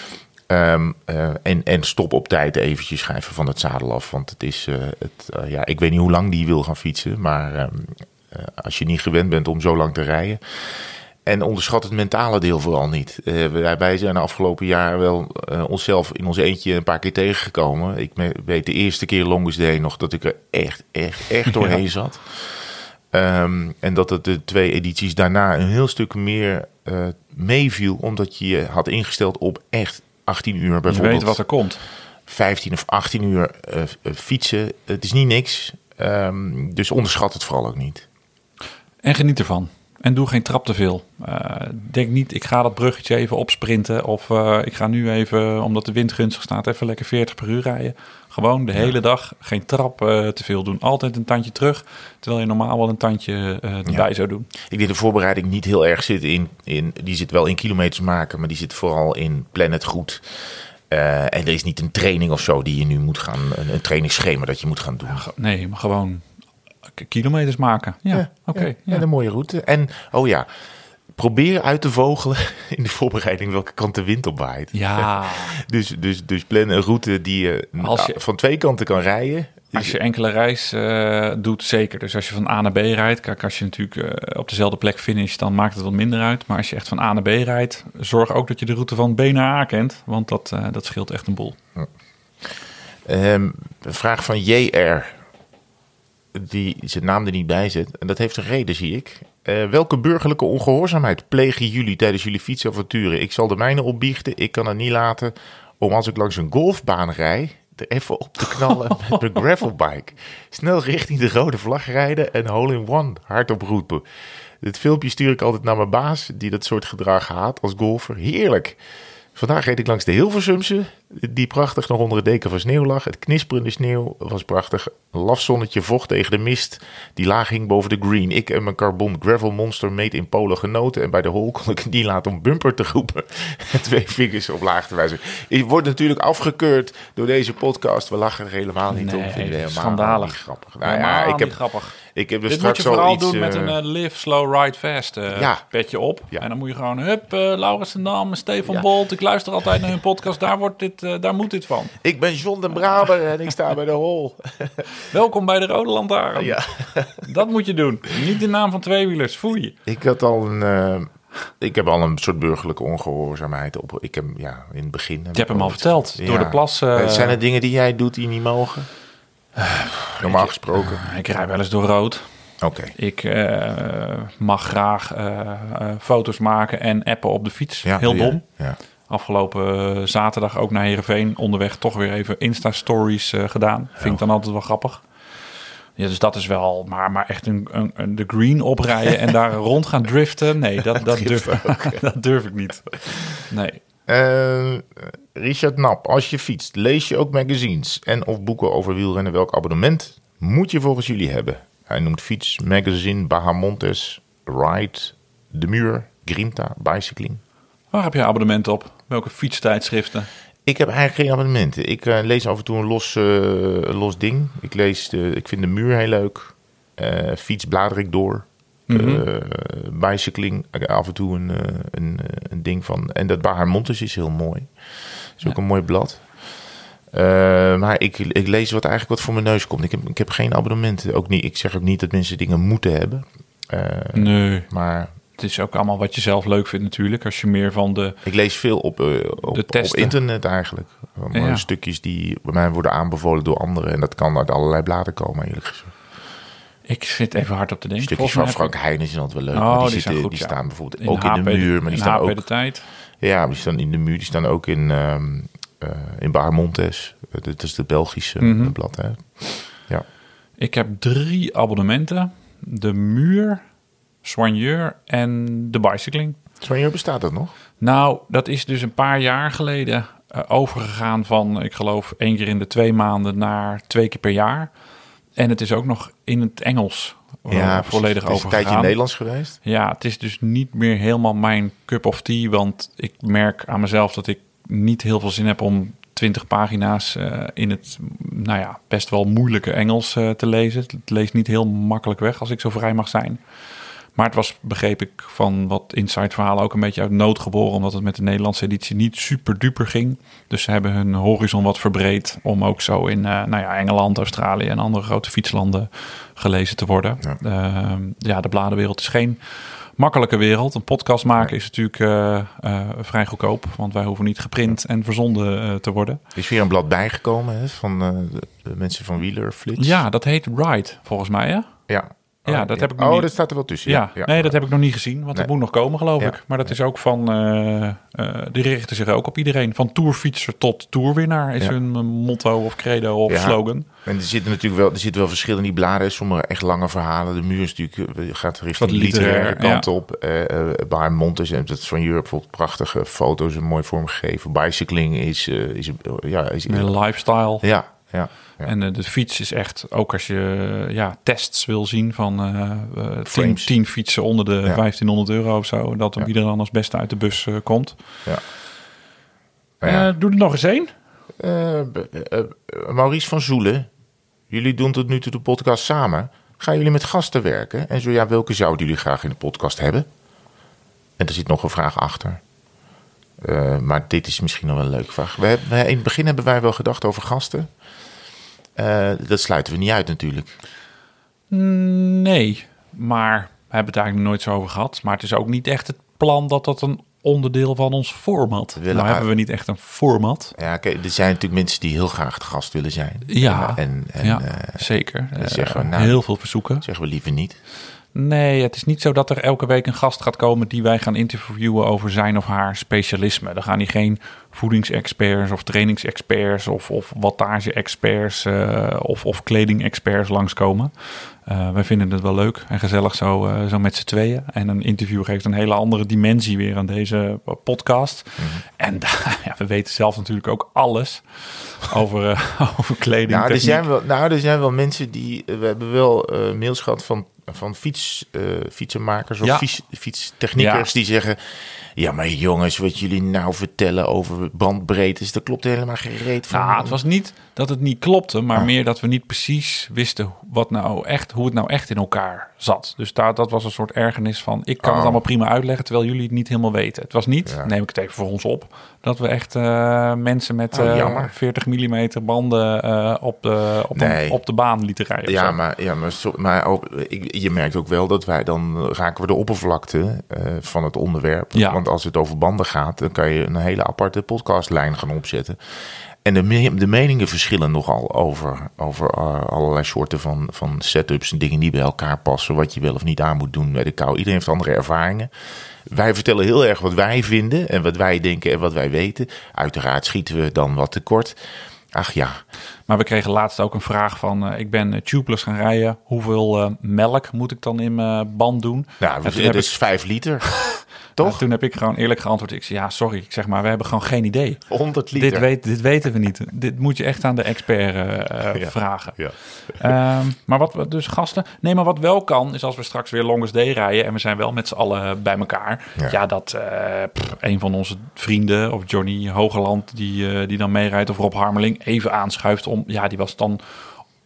En stop op tijd eventjes schrijven van het zadel af. Want het is... ik weet niet hoe lang die wil gaan fietsen. Maar als je niet gewend bent om zo lang te rijden... En onderschat het mentale deel vooral niet. Wij zijn de afgelopen jaar wel onszelf in ons eentje een paar keer tegengekomen. Ik weet de eerste keer Longest Day nog dat ik er echt doorheen zat. En dat het de 2 edities daarna een heel stuk meer meeviel. Omdat je je had ingesteld op echt 18 uur bijvoorbeeld. Je weet wat er komt. 15 of 18 uur fietsen. Het is niet niks. Dus onderschat het vooral ook niet. En geniet ervan. En doe geen trap te veel. Denk niet, ik ga dat bruggetje even opsprinten. Of ik ga nu even, omdat de wind gunstig staat, even lekker 40 per uur rijden. Gewoon de hele dag geen trap te veel doen. Altijd een tandje terug. Terwijl je normaal wel een tandje erbij zou doen. Ik denk de voorbereiding niet heel erg zit in... Die zit wel in kilometers maken, maar die zit vooral in plan het goed. En er is niet een training of zo die je nu moet gaan... Een trainingsschema dat je moet gaan doen. Nee, maar gewoon... kilometers maken. Ja, oké. En een mooie route. En, probeer uit te vogelen in de voorbereiding welke kant de wind op waait. Ja. Dus plan een route die je van 2 kanten kan rijden. Als je enkele reis doet, zeker. Dus als je van A naar B rijdt, kijk, als je natuurlijk op dezelfde plek finisht, dan maakt het wat minder uit. Maar als je echt van A naar B rijdt, zorg ook dat je de route van B naar A kent. Want dat scheelt echt een boel. Een vraag van JR. Die zijn naam er niet bij zit. En dat heeft een reden, zie ik. Welke burgerlijke ongehoorzaamheid plegen jullie tijdens jullie fietsavonturen? Ik zal de mijne opbiechten. Ik kan het niet laten om als ik langs een golfbaan rijd... er even op te knallen met mijn gravelbike. Snel richting de rode vlag rijden en hole-in-one hardop roepen. Dit filmpje stuur ik altijd naar mijn baas... die dat soort gedrag haat als golfer. Heerlijk! Vandaag reed ik langs de Hilversumse, die prachtig nog onder het deken van sneeuw lag. Het knisperende sneeuw was prachtig. Een laf zonnetje vocht tegen de mist die laag hing boven de green. Ik en mijn carbon gravel monster made in Polen genoten. En bij de hole kon ik het niet laten om bumper te roepen. 2 vingers op laag te wijzen. Ik word natuurlijk afgekeurd door deze podcast. We lachen er helemaal niet om. Vinden we helemaal schandalig. Niet grappig. Nou ja, ik heb grappig. Ik heb dus dit straks moet je vooral iets, doen met een live, slow, ride fast petje op. Ja. En dan moet je gewoon, Laurens en Dam, Stefan Bolt. Ik luister altijd naar hun podcast. Daar moet dit van. Ik ben John den Braber en ik sta bij de hol. Welkom bij de Rode Lantaarn. Ja. Dat moet je doen. Niet de naam van tweewielers. Foei. Ik heb al een soort burgerlijke ongehoorzaamheid op. Ik heb in het begin. Je hebt hem al verteld. Door de plas. Zijn er dingen die jij doet die niet mogen? Normaal gesproken. Ik rij wel eens door rood. Oké. Ik mag graag foto's maken en appen op de fiets. Ja, heel dom. Ja. Afgelopen zaterdag ook naar Heerenveen. Onderweg toch weer even Insta-stories gedaan. Vind ik dan altijd wel grappig. Ja, dus dat is wel... Maar echt de green oprijden en daar rond gaan driften. Nee, dat durf ik niet. Nee. Richard Nap, als je fietst, lees je ook magazines en of boeken over wielrennen? Welk abonnement moet je volgens jullie hebben? Hij noemt Fiets, Magazine, Bahamontes, Ride, De Muur, Grinta, Bicycling. Waar heb je abonnement op? Welke fietstijdschriften? Ik heb eigenlijk geen abonnementen. Ik lees af en toe een los ding. Ik vind De Muur heel leuk. Fiets blader ik door. Bicycling, af en toe een ding van. En dat Bahamontes is heel mooi. Is ook een mooi blad. Maar ik lees wat voor mijn neus komt. Ik heb geen abonnement. Ook niet, ik zeg ook niet dat mensen dingen moeten hebben. Nee. Maar het is ook allemaal wat je zelf leuk vindt natuurlijk. Als je meer van de... Ik lees veel op internet eigenlijk. Stukjes die bij mij worden aanbevolen door anderen. En dat kan uit allerlei bladen komen, eerlijk gezegd. Ik zit even hard op te denken. Stukjes van Frank Heijnen zijn altijd wel leuk. Oh, die staan bijvoorbeeld ook in de muur. Maar die staan ook de tijd. Ja, die staan in de muur. Die staan ook in Bahamontes. Dat is de Belgische blad. Hè? Ja. Ik heb 3 abonnementen. De Muur, Soigneur en de Bicycling. Soigneur, bestaat dat nog? Nou, dat is dus een paar jaar geleden overgegaan van, ik geloof, 1 keer in de 2 maanden naar 2 keer per jaar. En het is ook nog in het Engels volledig overgegaan. Het is een tijdje in Nederlands geweest. Ja, het is dus niet meer helemaal mijn cup of tea. Want ik merk aan mezelf dat ik niet heel veel zin heb om 20 pagina's in het best wel moeilijke Engels te lezen. Het leest niet heel makkelijk weg als ik zo vrij mag zijn. Maar het was, begreep ik, van wat Inside verhalen ook een beetje uit nood geboren, omdat het met de Nederlandse editie niet super duper ging. Dus ze hebben hun horizon wat verbreed om ook zo in Engeland, Australië en andere grote fietslanden gelezen te worden. Ja. De bladenwereld is geen makkelijke wereld. Een podcast maken is natuurlijk vrij goedkoop, want wij hoeven niet geprint en verzonden te worden. Er is weer een blad bijgekomen van de mensen van Wielerflits. Ja, dat heet Ride, volgens mij, hè? Ja. Ja, dat heb ik nog niet. Dat staat er wel tussen. Ja. Nee, dat heb ik nog niet gezien, want dat moet nog komen, geloof ik. Maar dat is ook van, die richten zich ook op iedereen. Van tourfietser tot tourwinnaar is hun motto of credo of slogan. En er zitten natuurlijk wel verschillen in die bladen. Sommige echt lange verhalen. De Muur is natuurlijk, gaat richting literaire kant op. Bahamontes en dat van Europe bijvoorbeeld prachtige foto's en mooi vormgegeven. Bicycling is een lifestyle. Ja. En de fiets is echt, ook als je tests wil zien van 10 fietsen onder de €1500 of zo, dat op iedereen dan als beste uit de bus komt. Ja. Doe er nog eens één. Maurice van Zoelen, jullie doen tot nu toe de podcast samen. Gaan jullie met gasten werken? En zo ja, welke zouden jullie graag in de podcast hebben? En er zit nog een vraag achter. Maar dit is misschien nog wel een leuke vraag. In het begin hebben wij wel gedacht over gasten. Dat sluiten we niet uit natuurlijk. Nee, maar we hebben het eigenlijk nooit zo over gehad. Maar het is ook niet echt het plan dat een onderdeel van ons format. Nou hebben we niet echt een format. Ja, kijk, er zijn natuurlijk mensen die heel graag de gast willen zijn. Ja, zeker. Zeggen we, heel veel verzoeken. Zeggen we liever niet. Nee, het is niet zo dat er elke week een gast gaat komen die wij gaan interviewen over zijn of haar specialisme. Er gaan hier geen voedingsexperts of trainingsexperts of wattage-experts of kleding-experts langskomen. Wij vinden het wel leuk en gezellig zo met z'n tweeën. En een interview geeft een hele andere dimensie weer aan deze podcast. Mm-hmm. En we weten zelf natuurlijk ook alles over kleding. Er zijn wel mensen die... We hebben wel mails gehad van fietsenmakers of fietstechniekers die zeggen... Ja, maar jongens, wat jullie nou vertellen over bandbreedtes, dat klopt helemaal geen reet van. Het was niet dat het niet klopte, maar meer dat we niet precies wisten hoe het nou echt in elkaar zat. Dus dat was een soort ergernis van, ik kan het allemaal prima uitleggen, terwijl jullie het niet helemaal weten. Het was niet, neem ik het even voor ons op, dat we echt mensen met 40 mm banden op de baan lieten rijden. Je merkt ook wel dat wij dan raken we de oppervlakte van het onderwerp. Ja. Want als het over banden gaat, dan kan je een hele aparte podcastlijn gaan opzetten. En de meningen verschillen nogal over allerlei soorten van setups en dingen die bij elkaar passen. Wat je wel of niet aan moet doen bij de kou. Iedereen heeft andere ervaringen. Wij vertellen heel erg wat wij vinden en wat wij denken en wat wij weten. Uiteraard schieten we dan wat tekort. Ach ja. Maar we kregen laatst ook een vraag van... ik ben tubeless gaan rijden. Hoeveel melk moet ik dan in mijn band doen? Nou, dat is 5 liter. Toch? Toen heb ik gewoon eerlijk geantwoord. Ik zei, sorry. Ik zeg maar, we hebben gewoon geen idee. 100 liter. Dit weten we niet. Dit moet je echt aan de expert vragen. Ja. Maar wat dus gasten... Nee, maar wat wel kan, is als we straks weer Longest Day rijden... en we zijn wel met z'n allen bij elkaar... dat een van onze vrienden... of Johnny Hogeland, die dan meerijdt... of Rob Harmeling even aanschuift om... die was dan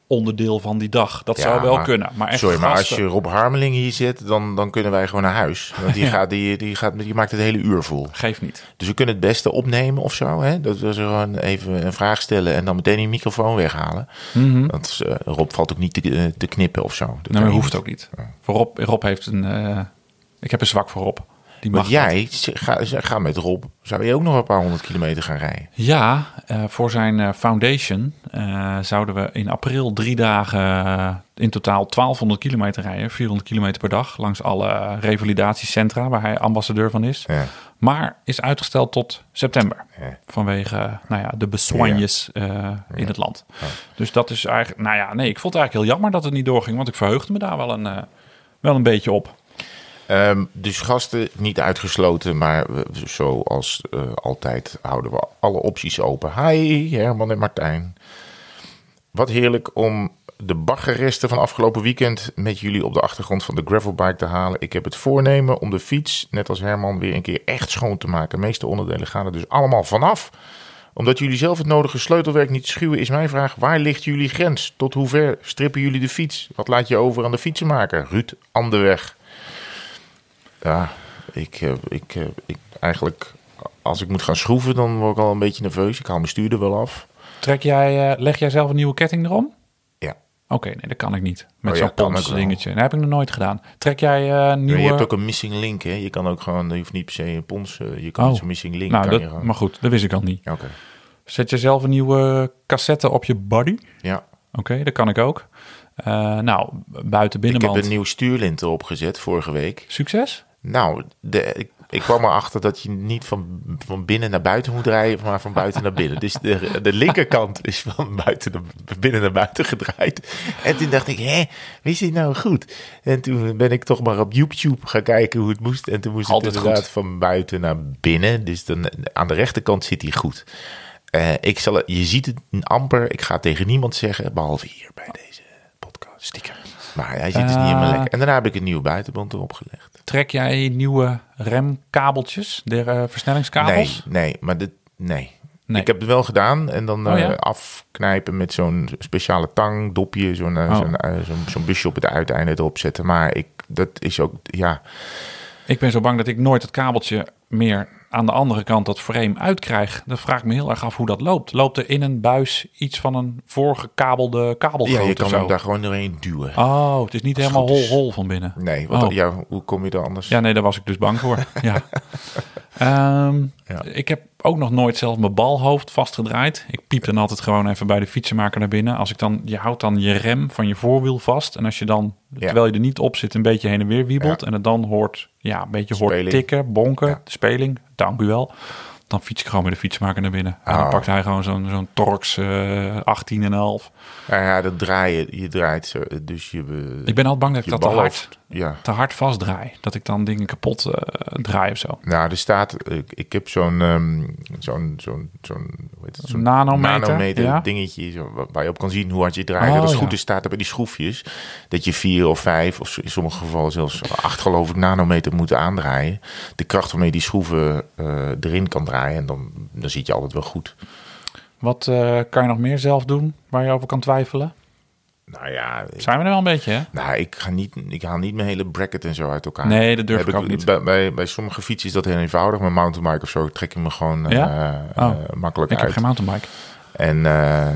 onderdeel van die dag. Dat zou wel kunnen. Maar echt sorry, gasten... maar als je Rob Harmeling hier zit, dan kunnen wij gewoon naar huis. Want die maakt het hele uur vol. Geeft niet. Dus we kunnen het beste opnemen of zo. Hè? Dat we gewoon even een vraag stellen en dan meteen die microfoon weghalen. Mm-hmm. Want Rob valt ook niet te knippen of zo. Dat hoeft ook niet. Ja. Voor Rob heeft ik heb een zwak voor Rob. Want jij gaat met Rob, zou je ook nog een paar 100 kilometer gaan rijden? Ja, voor zijn foundation zouden we in april 3 dagen in totaal 1200 kilometer rijden. 400 kilometer per dag langs alle revalidatiecentra waar hij ambassadeur van is. Ja. Maar is uitgesteld tot september. Ja. Vanwege de besoignes in het land. Ja. Dus dat is eigenlijk, ik vond het eigenlijk heel jammer dat het niet doorging. Want ik verheugde me daar wel een beetje op. Dus gasten niet uitgesloten, maar zoals altijd houden we alle opties open. Hi, Herman en Martijn. Wat heerlijk om de baggerresten van afgelopen weekend met jullie op de achtergrond van de gravelbike te halen. Ik heb het voornemen om de fiets, net als Herman, weer een keer echt schoon te maken. De meeste onderdelen gaan er dus allemaal vanaf. Omdat jullie zelf het nodige sleutelwerk niet schuwen, is mijn vraag: waar ligt jullie grens? Tot hoe ver strippen jullie de fiets? Wat laat je over aan de fietsenmaker? Ruud Anderweg. Ja, ik eigenlijk, als ik moet gaan schroeven, dan word ik al een beetje nerveus. Ik haal mijn stuur er wel af. Leg jij zelf een nieuwe ketting erom? Ja. Oké, nee, dat kan ik niet. Met zo'n pons dingetje. Dat heb ik nog nooit gedaan. Trek jij nieuwe... Je hebt ook een missing link, hè? Je kan ook gewoon, je hoeft niet per se een pons. Je kan met zo'n missing link. Nou, maar goed, dat wist ik al niet. Oké. Zet je zelf een nieuwe cassette op je body? Ja. Oké, dat kan ik ook. Buiten binnenband. Ik heb een nieuw stuurlint erop gezet vorige week. Succes? Nou, ik kwam erachter dat je niet van binnen naar buiten moet rijden, maar van buiten naar binnen. Dus de linkerkant is van binnen naar buiten gedraaid. En toen dacht ik, wist dit nou goed? En toen ben ik toch maar op YouTube gaan kijken hoe het moest. En toen moest het inderdaad goed van buiten naar binnen. Dus dan, aan de rechterkant zit hij goed. Je ziet het amper. Ik ga tegen niemand zeggen, behalve hier bij deze podcast. Stiekem. Maar hij zit dus niet helemaal lekker. En daarna heb ik een nieuwe buitenband erop gelegd. Trek jij nieuwe remkabeltjes, de versnellingskabels? Nee. Ik heb het wel gedaan. En dan afknijpen met zo'n speciale tang, dopje, zo'n busje op het uiteinde erop zetten. Maar dat is ook, ja... Ik ben zo bang dat ik nooit het kabeltje meer aan de andere kant dat frame uitkrijg. Dan vraag ik me heel erg af hoe dat loopt. Loopt er in een buis iets van een voorgekabelde kabelgrootte? Ja, je kan hem daar gewoon doorheen duwen. Oh, het is niet helemaal hol van binnen. Nee, hoe kom je er anders? Ja, nee, daar was ik dus bang voor. Ja. Ik heb ook nog nooit zelf mijn balhoofd vastgedraaid. Ik piep dan altijd gewoon even bij de fietsenmaker naar binnen. Je houdt dan je rem van je voorwiel vast. En als je dan, terwijl je er niet op zit, een beetje heen en weer wiebelt. En het dan hoort tikken, bonken, de speling. Dank u wel. Dan fiets ik gewoon met de fietsmaker naar binnen. En dan pakt hij gewoon zo'n Torx 18,5. Ja, dat je draait zo. Dus ik ben altijd bang dat ik dat te hard vastdraai. Dat ik dan dingen kapot draai of zo. Nou, er staat... Ik heb zo'n nanometer dingetje waar je op kan zien hoe hard je draait. Dat is goed. Er staat er bij die schroefjes dat je 4 of 5 of in sommige gevallen zelfs 8 geloof ik nanometer moet aandraaien. De kracht waarmee die schroeven erin kan draaien. En dan zit je altijd wel goed. Wat kan je nog meer zelf doen waar je over kan twijfelen? Nou ja... Zijn we er wel een beetje, hè? Nou, ik haal niet mijn hele bracket en zo uit elkaar. Nee, dat durf ik ook niet. Bij sommige fietsen is dat heel eenvoudig. Met mountainbike of zo trek ik me gewoon makkelijk uit. Ik heb geen mountainbike. En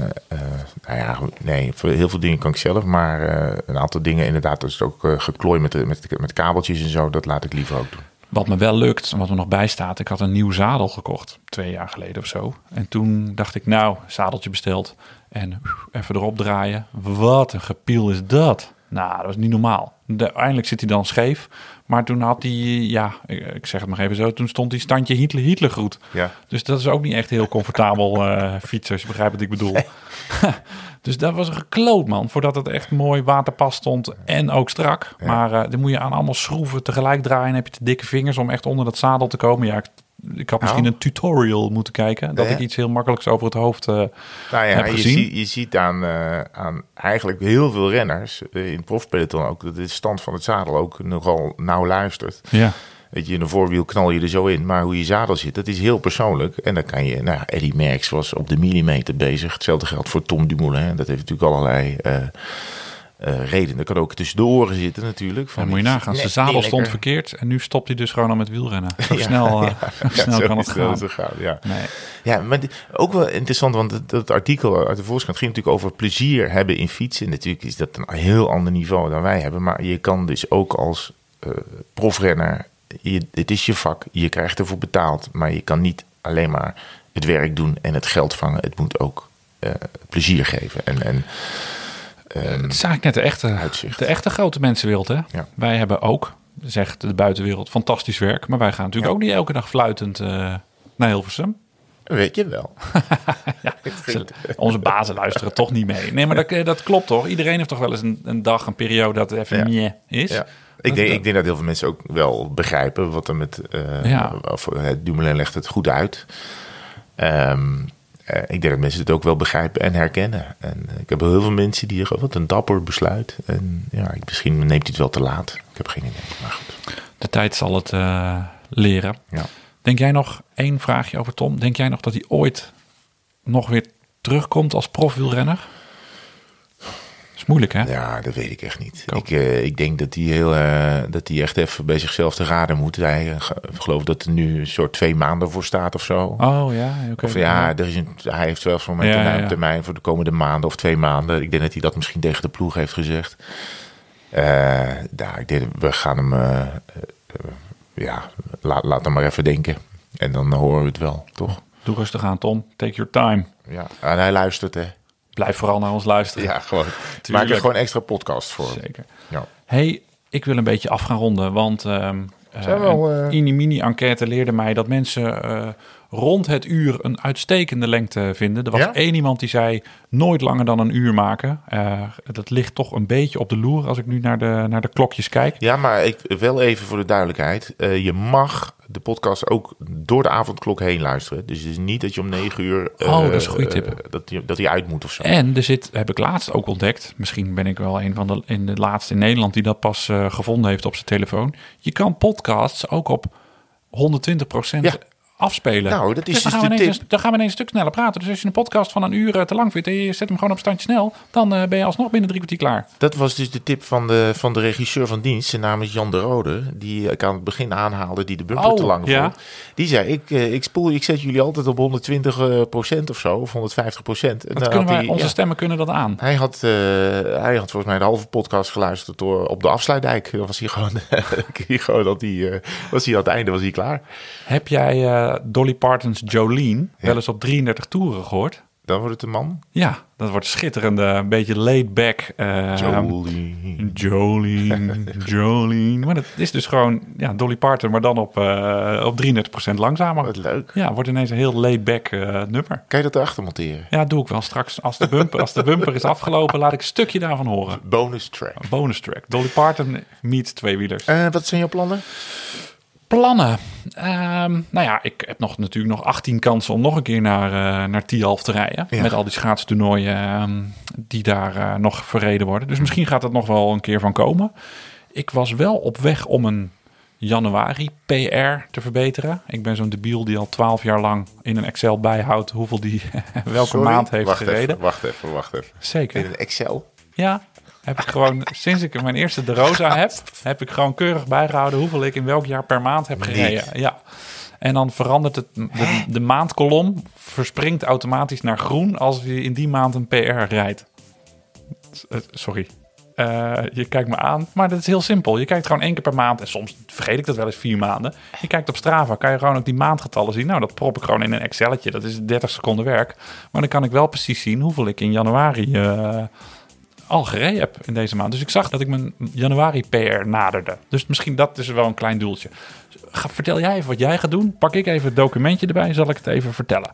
voor heel veel dingen kan ik zelf. Maar een aantal dingen inderdaad, dat is ook geklooi met kabeltjes en zo. Dat laat ik liever ook doen. Wat me wel lukt, en wat er nog bij staat... ik had een nieuw zadel gekocht, 2 jaar geleden of zo. En toen dacht ik, zadeltje besteld... en even erop draaien. Wat een gepiel is dat? Nou, dat was niet normaal. Eindelijk zit hij dan scheef. Maar toen had hij, ik zeg het maar even zo... toen stond hij standje Hitler groet. Ja. Dus dat is ook niet echt heel comfortabel fietsen... als je begrijpt wat ik bedoel. Dus dat was een gekloot, man. Voordat het echt mooi waterpas stond en ook strak. Ja. Maar dan moet je aan allemaal schroeven tegelijk draaien... en heb je te dikke vingers om echt onder dat zadel te komen. Ja, ik had misschien een tutorial moeten kijken... dat ik iets heel makkelijks over het hoofd heb gezien. Je ziet aan eigenlijk heel veel renners... in het profpeloton ook... dat de stand van het zadel ook nogal nauw luistert. Ja. Weet je, in een voorwiel knal je er zo in. Maar hoe je zadel zit, dat is heel persoonlijk. En dan kan je... Nou, Eddy Merckx was op de millimeter bezig. Hetzelfde geldt voor Tom Dumoulin. Dat heeft natuurlijk allerlei redenen. Dat kan ook tussen de oren zitten natuurlijk. Van moet je nagaan. Zijn zadel stond verkeerd. En nu stopt hij dus gewoon al met wielrennen. Zo snel kan het gaan. Ja, nee. Ja, maar ook wel interessant. Want dat artikel uit de Volkskrant ging natuurlijk over plezier hebben in fietsen. Natuurlijk is dat een heel ander niveau dan wij hebben. Maar je kan dus ook als profrenner... Het is je vak, je krijgt ervoor betaald. Maar je kan niet alleen maar het werk doen en het geld vangen. Het moet ook plezier geven. Het is eigenlijk net de echte grote mensenwereld. Hè? Ja. Wij hebben ook, zegt de buitenwereld, fantastisch werk. Maar wij gaan natuurlijk ook niet elke dag fluitend naar Hilversum. Weet je wel. Onze bazen luisteren toch niet mee. Nee, maar dat klopt toch? Iedereen heeft toch wel eens een dag, een periode dat het even is. Ja. Ik denk dat heel veel mensen ook wel begrijpen wat er met... Dumoulin legt het goed uit. Ik denk dat mensen het ook wel begrijpen en herkennen. En ik heb heel veel mensen die zeggen, wat een dapper besluit. En ja, misschien neemt hij het wel te laat. Ik heb geen idee, maar goed. De tijd zal het leren. Ja. Denk jij nog, één vraagje over Tom. Denk jij nog dat hij ooit nog weer terugkomt als profwielrenner? Dat is moeilijk, hè? Ja, dat weet ik echt niet. Ik denk dat hij echt even bij zichzelf te raden moet. Hij gelooft dat er nu een soort 2 maanden voor staat of zo. Oh ja, oké. Of hij heeft zelfs voor mij een termijn voor de komende maanden of 2 maanden. Ik denk dat hij dat misschien tegen de ploeg heeft gezegd. Ik denk, we gaan hem... laat hem maar even denken. En dan horen we het wel, toch? Doe rustig aan, Tom. Take your time. Ja, en hij luistert, hè. Blijf vooral naar ons luisteren. Ja, gewoon. Maak er gewoon extra podcast voor. Zeker. Ja. Hey, ik wil een beetje af gaan ronden, want een mini-enquête leerde mij dat mensen rond het uur een uitstekende lengte vinden. Er was één iemand die zei nooit langer dan een uur maken. Dat ligt toch een beetje op de loer als ik nu naar de klokjes kijk. Ja, maar wel even voor de duidelijkheid. Je mag de podcast ook door de avondklok heen luisteren. Dus het is niet dat je om 9 uur... dat is een goede tip. Dat hij uit moet of zo. En heb ik laatst ook ontdekt. Misschien ben ik wel een van de laatste in Nederland die dat pas gevonden heeft op zijn telefoon. Je kan podcasts ook op 120% afspelen. Nou, dat is dus de tip. Dan gaan we ineens een stuk sneller praten. Dus als je een podcast van een uur te lang vindt en je zet hem gewoon op standje snel, dan ben je alsnog binnen 3 kwartier klaar. Dat was dus de tip van de regisseur van dienst. Zijn naam is Jan de Rode. Die ik aan het begin aanhaalde, die de bumper te lang vond. Die zei, ik zet jullie altijd op 120% of zo, of 150%. Onze stemmen kunnen dat aan. Hij had volgens mij de halve podcast geluisterd op de afsluitdijk. Dan was hij gewoon, aan het einde was hij klaar. Heb jij Dolly Parton's Jolene wel eens op 33 toeren gehoord? Dan wordt het een man? Ja, dat wordt schitterende, een beetje laid back. Jolene. Maar dat is dus gewoon Dolly Parton, maar dan op 33% langzamer. Wat leuk. Ja, wordt ineens een heel laid back nummer. Kan je dat erachter monteren? Ja, doe ik wel straks. Als de bumper is afgelopen, laat ik een stukje daarvan horen. Bonus track. Bonus track. Dolly Parton meets tweewielers. Wat zijn jouw plannen? Plannen. Ik heb natuurlijk nog 18 kansen om nog een keer naar Tialf te rijden. Ja. Met al die schaatstoernooien die daar nog verreden worden. Dus misschien gaat het nog wel een keer van komen. Ik was wel op weg om een januari PR te verbeteren. Ik ben zo'n debiel die al 12 jaar lang in een Excel bijhoudt hoeveel die welke maand heeft gereden. Wacht even. Zeker. In een Excel? Ja. Heb ik gewoon, sinds ik mijn eerste De Rosa heb ik gewoon keurig bijgehouden hoeveel ik in welk jaar per maand heb gereden. Ja. En dan verandert het, de maandkolom verspringt automatisch naar groen als je in die maand een PR rijdt. Sorry. Je kijkt me aan, maar dat is heel simpel. Je kijkt gewoon 1 keer per maand en soms vergeet ik dat wel eens 4 maanden. Je kijkt op Strava, kan je gewoon ook die maandgetallen zien. Nou, dat prop ik gewoon in een Excelletje. Dat is 30 seconden werk. Maar dan kan ik wel precies zien hoeveel ik in januari al gereden heb in deze maand. Dus ik zag dat ik mijn januari PR naderde. Dus misschien dat is wel een klein doeltje. Vertel jij even wat jij gaat doen. Pak ik even het documentje erbij. Zal ik het even vertellen.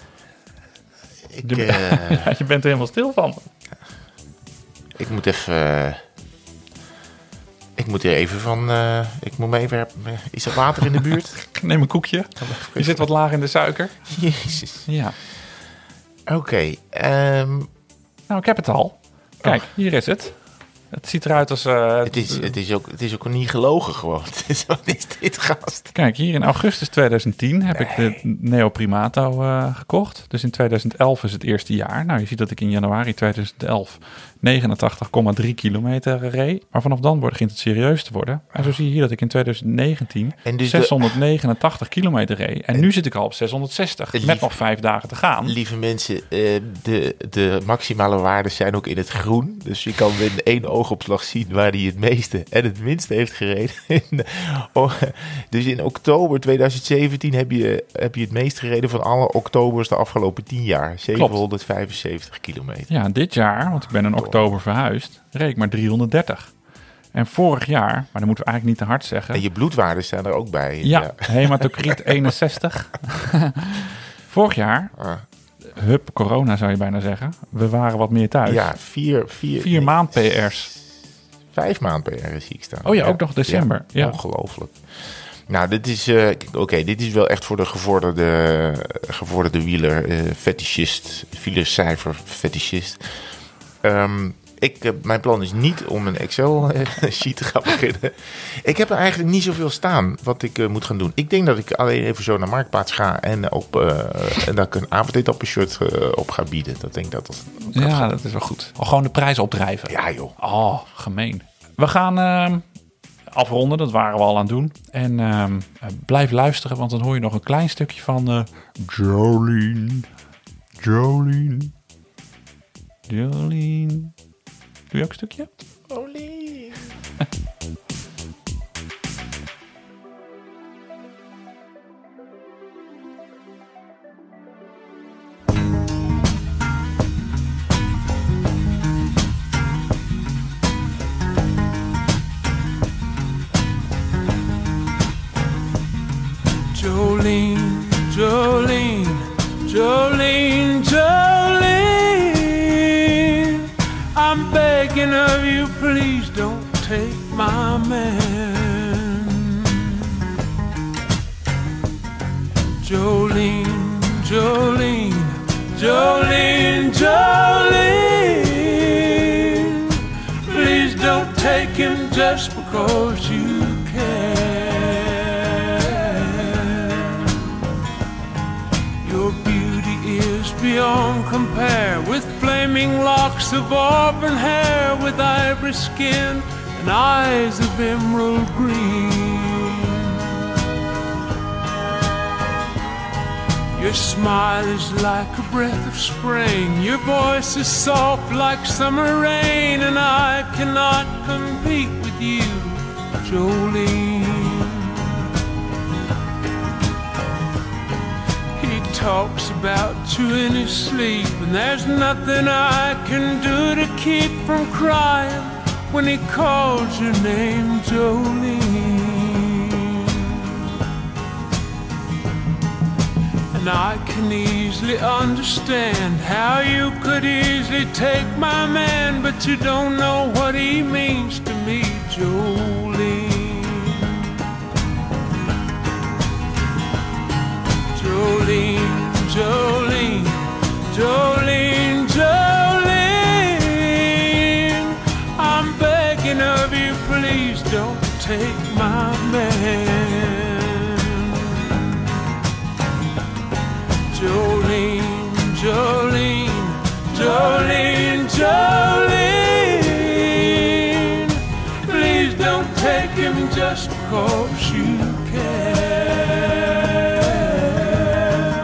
Je bent er helemaal stil van. Ik moet even... Ik moet er even van... ik moet me even... Is er water in de buurt? Neem een koekje. Je zit wat laag in de suiker. Jezus. Ja. Oké. Nou, ik heb het al. Kijk, hier is het. Het ziet eruit als... Het is ook niet gelogen gewoon. Wat is dit, gast? Kijk, hier in augustus 2010 heb ik de Neo Primato gekocht. Dus in 2011 is het eerste jaar. Nou, je ziet dat ik in januari 2011 89,3 kilometer reed. Maar vanaf dan begint het serieus te worden. En zo zie je hier dat ik in 2019 dus 689 kilometer reed. En nu zit ik al op 660, met nog 5 dagen te gaan. Lieve mensen, de maximale waarden zijn ook in het groen. Dus je kan in 1 oogopslag zien waar hij het meeste en het minste heeft gereden. Dus in oktober 2017 heb je het meest gereden van alle oktobers de afgelopen 10 jaar. 775 kilometer. Ja, dit jaar, want ik ben in oktober verhuisd, reed ik maar 330. En vorig jaar, maar dan moeten we eigenlijk niet te hard zeggen. En je bloedwaarden staan er ook bij. Ja, hematocriet 61. Vorig jaar, corona zou je bijna zeggen. We waren wat meer thuis. Ja, 4 maand PR's. 5 maand PR's zie ik staan. Oh ja, ook nog december. Ja. Ongelooflijk. Nou, dit is dit is wel echt voor de gevorderde wieler, fetischist, wielercijfer fetischist. Mijn plan is niet om een Excel-sheet te gaan beginnen. Ik heb er eigenlijk niet zoveel staan wat ik moet gaan doen. Ik denk dat ik alleen even zo naar Marktplaats ga en dat ik een avondetappe-shirt op ga bieden. Dat denk ik dat dat is wel goed. Gewoon de prijs opdrijven. Ja, joh. Oh, gemeen. We gaan afronden, dat waren we al aan het doen. En blijf luisteren, want dan hoor je nog een klein stukje van Jolene. Doe je ook een stukje? Jolene. Jolene, Jolene, Jolene, Jolene, I'm begging of you, please don't take my man. Jolene, Jolene, Jolene, Jolene, please don't take him just because you can. Your beauty is beyond compare, with flaming locks of auburn hair, with ivory skin and eyes of emerald green. Your smile is like a breath of spring, your voice is soft like summer rain, and I cannot compete with you, Jolene. He talks about you in his sleep, and there's nothing I can do to keep from crying when he calls your name, Jolene. And I can easily understand how you could easily take my man, but you don't know what he means to me, Jolene. Jolene, Jolene, Jolene, Jolene, I'm begging of you, please don't take my man. Jolene, Jolene, Jolene, Jolene, please don't take him just because you can.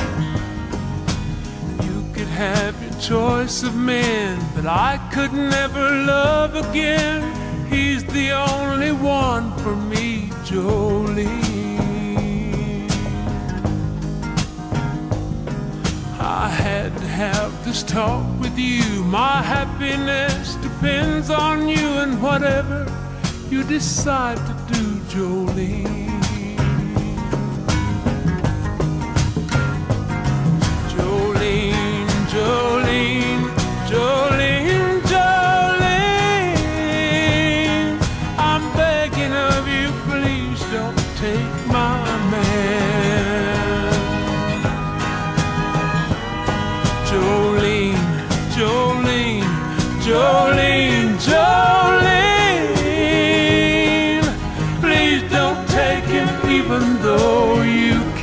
You could have your choice of men, but I could never love again. He's the only one for me, Jolene. I had to have this talk with you. My happiness depends on you, and whatever you decide to do, Jolene. Jolene, Jolene, Jolene, Jolene, I'm begging of you, please don't take my man. Jolene, Jolene, Jolene, Jolene, even though you